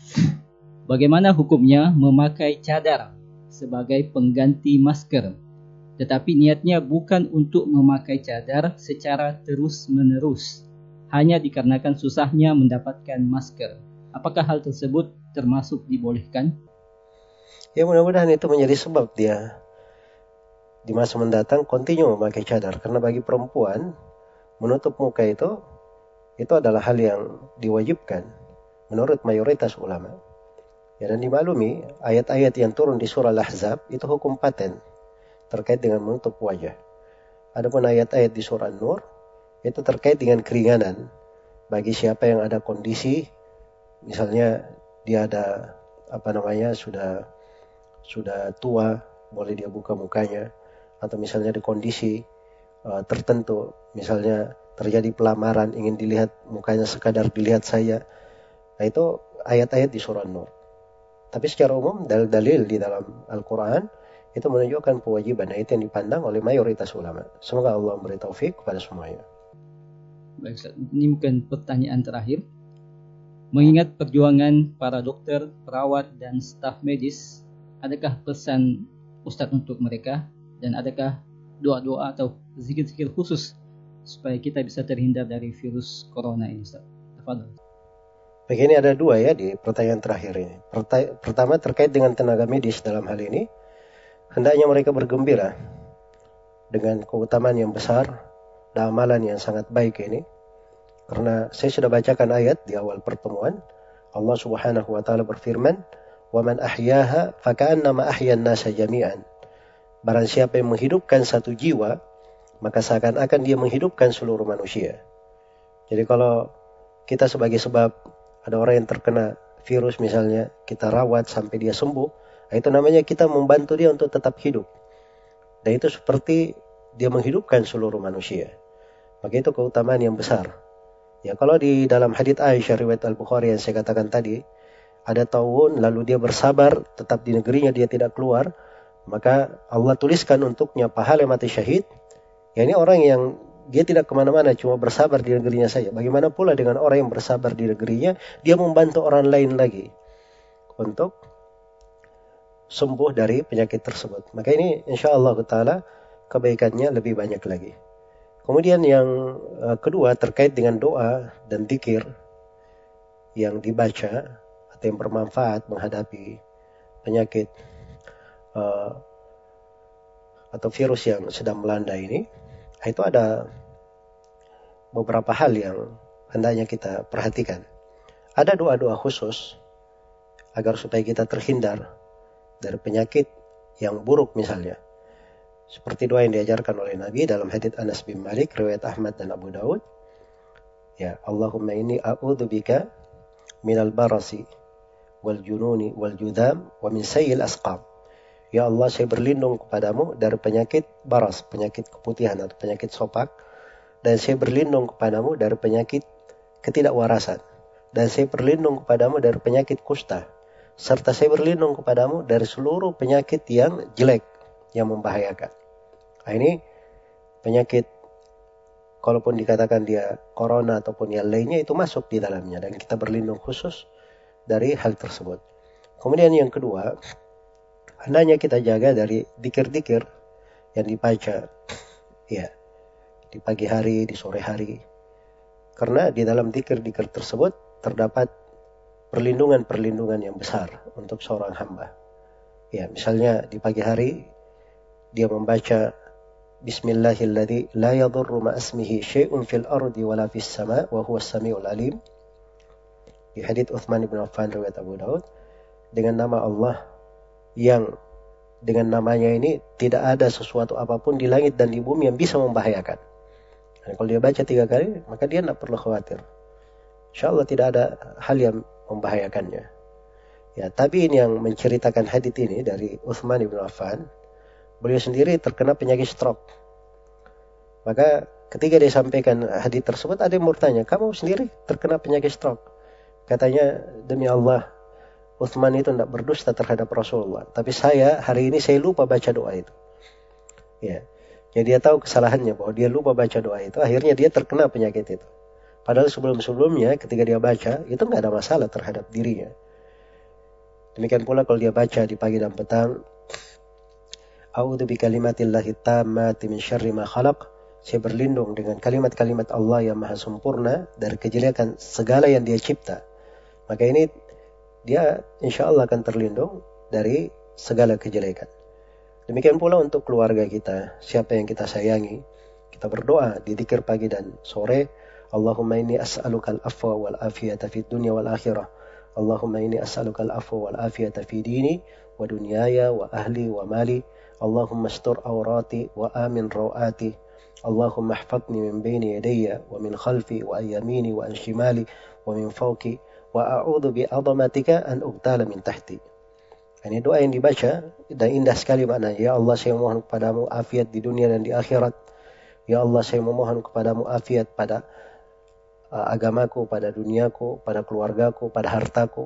Bagaimana hukumnya memakai cadar sebagai pengganti masker, tetapi niatnya bukan untuk memakai cadar secara terus-menerus, hanya dikarenakan susahnya mendapatkan masker. Apakah hal tersebut termasuk dibolehkan? Ya, mudah-mudahan itu menjadi sebab dia di masa mendatang kontinu memakai cadar. Karena bagi perempuan, menutup muka itu adalah hal yang diwajibkan menurut mayoritas ulama. Ya, dan dimaklumi ayat-ayat yang turun di surah Al-Ahzab itu hukum paten terkait dengan menutup wajah. Adapun ayat-ayat di surah An-Nur itu terkait dengan keringanan bagi siapa yang ada kondisi, misalnya dia ada sudah tua, boleh dia buka mukanya, atau misalnya di kondisi tertentu, misalnya terjadi pelamaran, ingin dilihat mukanya sekadar dilihat saja. Nah, itu ayat-ayat di surah An-Nur. Tapi secara umum dalil-dalil di dalam Al-Quran itu menunjukkan kewajiban. Nah, itu yang dipandang oleh mayoritas ulama. Semoga Allah memberi taufik kepada semuanya. Baik, Ustaz. Ini mungkin pertanyaan terakhir. Mengingat perjuangan para dokter, perawat, dan staf medis, adakah pesan Ustaz untuk mereka? Dan adakah doa-doa atau zikir-zikir khusus supaya kita bisa terhindar dari virus corona ini, Ustaz? Tafadhol. Begini, ada dua ya di pertanyaan terakhir ini. Pertama terkait dengan tenaga medis dalam hal ini. Hendaknya mereka bergembira dengan keutamaan yang besar dan amalan yang sangat baik ini. Karena saya sudah bacakan ayat di awal pertemuan. Allah Subhanahu wa taala berfirman, "Wa man ahyaha faka'annama ahyan nasa jami'an." Barang siapa yang menghidupkan satu jiwa, maka seakan-akan dia menghidupkan seluruh manusia. Jadi kalau kita sebagai sebab ada orang yang terkena virus misalnya, kita rawat sampai dia sembuh, itu namanya kita membantu dia untuk tetap hidup. Dan itu seperti dia menghidupkan seluruh manusia. Maka itu keutamaan yang besar. Ya, kalau di dalam hadits Aisyah riwayat Al-Bukhari yang saya katakan tadi, ada tahun lalu dia bersabar, tetap di negerinya dia tidak keluar, maka Allah tuliskan untuknya pahala mati syahid. Ya, ini orang yang dia tidak kemana-mana, cuma bersabar di negerinya saja. Bagaimana pula dengan orang yang bersabar di negerinya, dia membantu orang lain lagi untuk sembuh dari penyakit tersebut. Maka ini insyaAllah ta'ala kebaikannya lebih banyak lagi. Kemudian yang kedua terkait dengan doa dan dzikir yang dibaca atau yang bermanfaat menghadapi penyakit atau virus yang sedang melanda ini, itu ada beberapa hal yang hendaknya kita perhatikan. Ada doa-doa khusus agar supaya kita terhindar dari penyakit yang buruk misalnya. Seperti doa yang diajarkan oleh Nabi dalam hadits Anas bin Malik, riwayat Ahmad dan Abu Daud. Ya, Allahumma inni a'udzubika minal barasi wal jununi wal judam wa min sayyil asqam. Ya Allah, saya berlindung kepadamu dari penyakit baras, penyakit keputihan atau penyakit sopak. Dan saya berlindung kepadamu dari penyakit ketidakwarasan. Dan saya berlindung kepadamu dari penyakit kusta. Serta saya berlindung kepadamu dari seluruh penyakit yang jelek, yang membahayakan. Nah, ini penyakit, kalaupun dikatakan dia corona ataupun yang lainnya, itu masuk di dalamnya. Dan kita berlindung khusus dari hal tersebut. Kemudian yang kedua, hendaknya kita jaga dari dzikir-dzikir yang dibaca ya, di pagi hari, di sore hari. Karena di dalam dzikir-dzikir tersebut terdapat perlindungan-perlindungan yang besar untuk seorang hamba. Ya, misalnya di pagi hari dia membaca Bismillahilladzi la yadurru ma'asmihi syai'un fil ardi wala fis sama' wa huwas samiul alim. Di hadits Utsman bin Affan riwayat Abu Daud, dengan nama Allah yang dengan namanya ini tidak ada sesuatu apapun di langit dan di bumi yang bisa membahayakan. Dan kalau dia baca 3 kali, maka dia tidak perlu khawatir. InsyaAllah tidak ada hal yang membahayakannya. Ya, tapi ini yang menceritakan hadits ini dari Utsman bin Affan, beliau sendiri terkena penyakit stroke. Maka ketika dia sampaikan hadits tersebut, ada yang bertanya, kamu sendiri terkena penyakit stroke? Katanya, demi Allah, Utsman itu tidak berdusta terhadap Rasulullah. Tapi hari ini saya lupa baca doa itu. Ya. Jadi dia tahu kesalahannya bahwa dia lupa baca doa itu. Akhirnya dia terkena penyakit itu. Padahal sebelum-sebelumnya ketika dia baca, itu tidak ada masalah terhadap dirinya. Demikian pula kalau dia baca di pagi dan petang, A'udzu bikalimatillahi tammati min syarri ma khalaq. Saya berlindung dengan kalimat-kalimat Allah yang maha sempurna dari kejelekan segala yang dia cipta. Maka ini dia insya Allah akan terlindung dari segala kejelekan. Demikian pula untuk keluarga kita, siapa yang kita sayangi, kita berdoa di dzikir pagi dan sore, Allahumma inni as'alukal afwa wal afiyata fid dunya wal akhirah. Allahumma inni as'alukal afwa wal afiyata fi dini wa dunyaya wa ahli wa mali. Allahumma astur awrati wa amin rawati. Allahumma ihfazni min baini yadayya wa min khalfi wa an yamini wa an shimali wa min fawqi wa a'udzu bi 'azamatika an ugtala min tahti. Ini doa yang dibaca dan indah sekali maknanya. Ya Allah, saya mohon kepadamu afiat di dunia dan di akhirat. Ya Allah, saya memohon kepadamu afiat pada agamaku, pada duniaku, pada keluargaku, pada hartaku.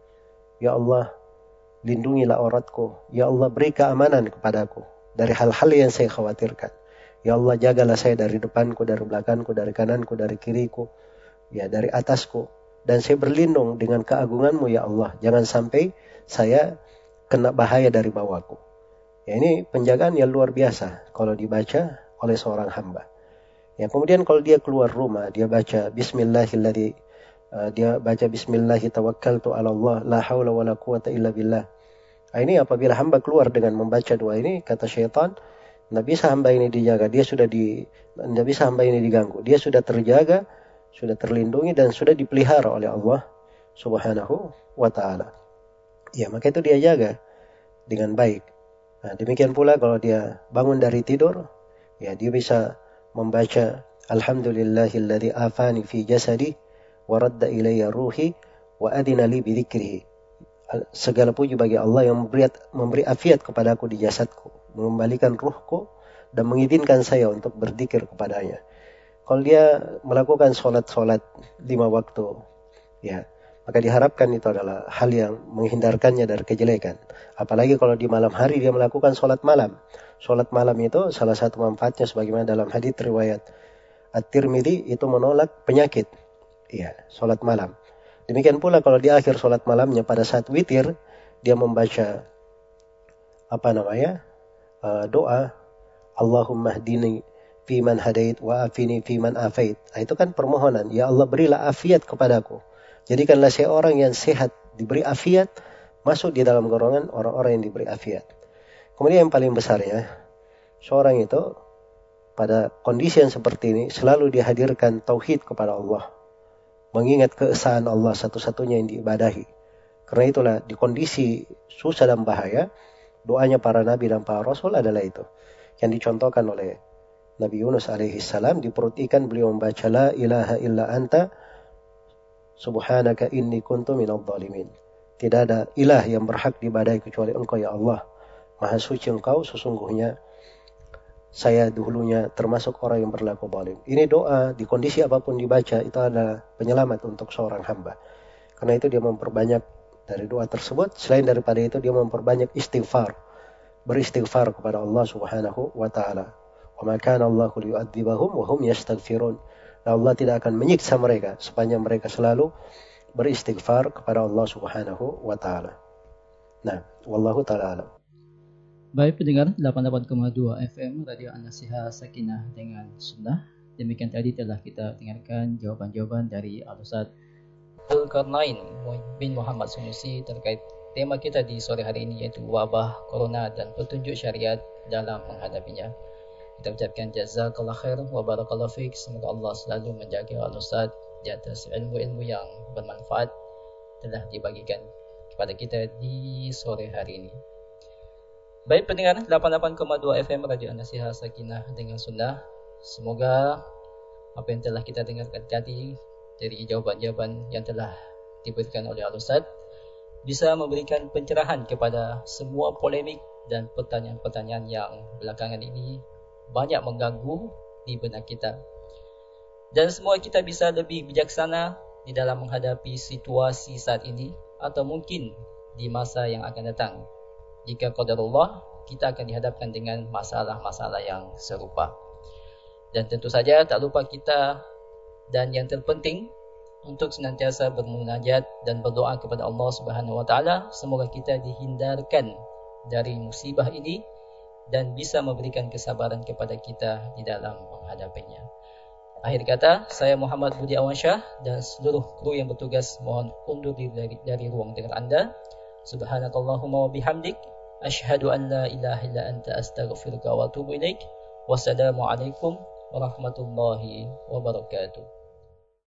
Ya Allah, lindungilah auratku. Ya Allah, beri keamanan kepadaku dari hal-hal yang saya khawatirkan. Ya Allah, jagalah saya dari depanku, dari belakangku, dari kananku, dari kiriku, ya dari atasku. Dan saya berlindung dengan keagunganmu ya Allah. Jangan sampai saya kena bahaya dari bawahku. Ya, ini penjagaan yang luar biasa kalau dibaca oleh seorang hamba. Ya, kemudian kalau dia keluar rumah, dia baca Bismillahilladzi, dia baca Bismillahi tawakkaltu ala Allah, la haula wa la quwata illa billah. Ini apabila hamba keluar dengan membaca doa ini, kata syaitan, tidak bisa hamba ini dijaga, tidak bisa hamba ini diganggu. Dia sudah terjaga, sudah terlindungi dan sudah dipelihara oleh Allah Subhanahu wa taala. Ya, maka itu dia jaga dengan baik. Nah, demikian pula kalau dia bangun dari tidur, ya dia bisa membaca Alhamdulillahilladzi afani fi jasadi wa radda ilayya ruhi wa adina li bi dzikrihi. Segala puji bagi Allah yang memberi afiat kepadaku di jasadku, mengembalikan ruhku dan mengizinkan saya untuk berzikir kepadanya. Kalau dia melakukan solat 5 waktu, ya, maka diharapkan itu adalah hal yang menghindarkannya dari kejelekan. Apalagi kalau di malam hari dia melakukan solat malam. Solat malam itu salah satu manfaatnya sebagaimana dalam hadits riwayat At-Tirmidzi itu menolak penyakit. Ya, solat malam. Demikian pula kalau di akhir solat malamnya pada saat witir dia membaca doa Allahumma hdini fi man hadait wa afini fi man afait. Itu kan permohonan, ya Allah berilah afiat kepadaku. Jadikanlah saya orang yang sehat, diberi afiat, masuk di dalam golongan orang-orang yang diberi afiat. Kemudian yang paling besarnya, seorang itu pada kondisi yang seperti ini selalu dihadirkan tauhid kepada Allah. Mengingat keesaan Allah satu-satunya yang diibadahi. Karena itulah di kondisi susah dan bahaya, doanya para nabi dan para rasul adalah itu. Yang dicontohkan oleh Nabi Yunus alaihi salam, di perut ikan beliau membaca la ilaha illa anta subhanaka inni kuntu minadh dhalimin. Tidak ada ilah yang berhak diibadahi kecuali Engkau ya Allah. Maha suci Engkau, sesungguhnya saya dulunya termasuk orang yang berlaku zalim. Ini doa di kondisi apapun dibaca itu adalah penyelamat untuk seorang hamba. Karena itu dia memperbanyak dari doa tersebut. Selain daripada itu dia memperbanyak istighfar. Beristighfar kepada Allah Subhanahu wa taala. Wa ma kana Allahu liyu'adzibahum wa hum yastaghfirun. Allah tidak akan menyiksa mereka sepanjang mereka selalu beristighfar kepada Allah Subhanahu wa taala. Nah, wallahu taala alam. Baik pendengar 88,2 FM Radio An-Nasiha Sakinah dengan Sunnah. Demikian tadi telah kita dengarkan jawaban-jawaban dari Al-Ustaz Zulkarnain bin Muhammad Sunusi terkait tema kita di sore hari ini, yaitu wabah corona dan petunjuk syariat dalam menghadapinya. Kita ucapkan jazakallah khair wa barakallahu fiik. Semoga Allah selalu menjaga Al-Ustaz di atas ilmu-ilmu yang bermanfaat telah dibagikan kepada kita di sore hari ini. Baik pendengar 88,2 FM Radio An-Nasiha Sakinah dengan Sunnah. Semoga apa yang telah kita dengarkan tadi dari jawaban-jawaban yang telah diberikan oleh Al-Ustaz bisa memberikan pencerahan kepada semua polemik dan pertanyaan-pertanyaan yang belakangan ini banyak mengganggu di benak kita. Dan semua kita bisa lebih bijaksana di dalam menghadapi situasi saat ini atau mungkin di masa yang akan datang. Jika qadarullah, kita akan dihadapkan dengan masalah-masalah yang serupa. Dan tentu saja tak lupa kita, dan yang terpenting, untuk senantiasa bermunajat dan berdoa kepada Allah Subhanahu wa taala semoga kita dihindarkan dari musibah ini dan bisa memberikan kesabaran kepada kita di dalam menghadapinya. Akhir kata, saya Muhammad Budi Awansyah dan seluruh kru yang bertugas mohon undur diri dari ruang dengar Anda. Subhanakallahumma wa bihamdik, asyhadu an la ilaha illa anta astaghfiruka wa atubu ilaik. Wassalamualaikum warahmatullahi wabarakatuh.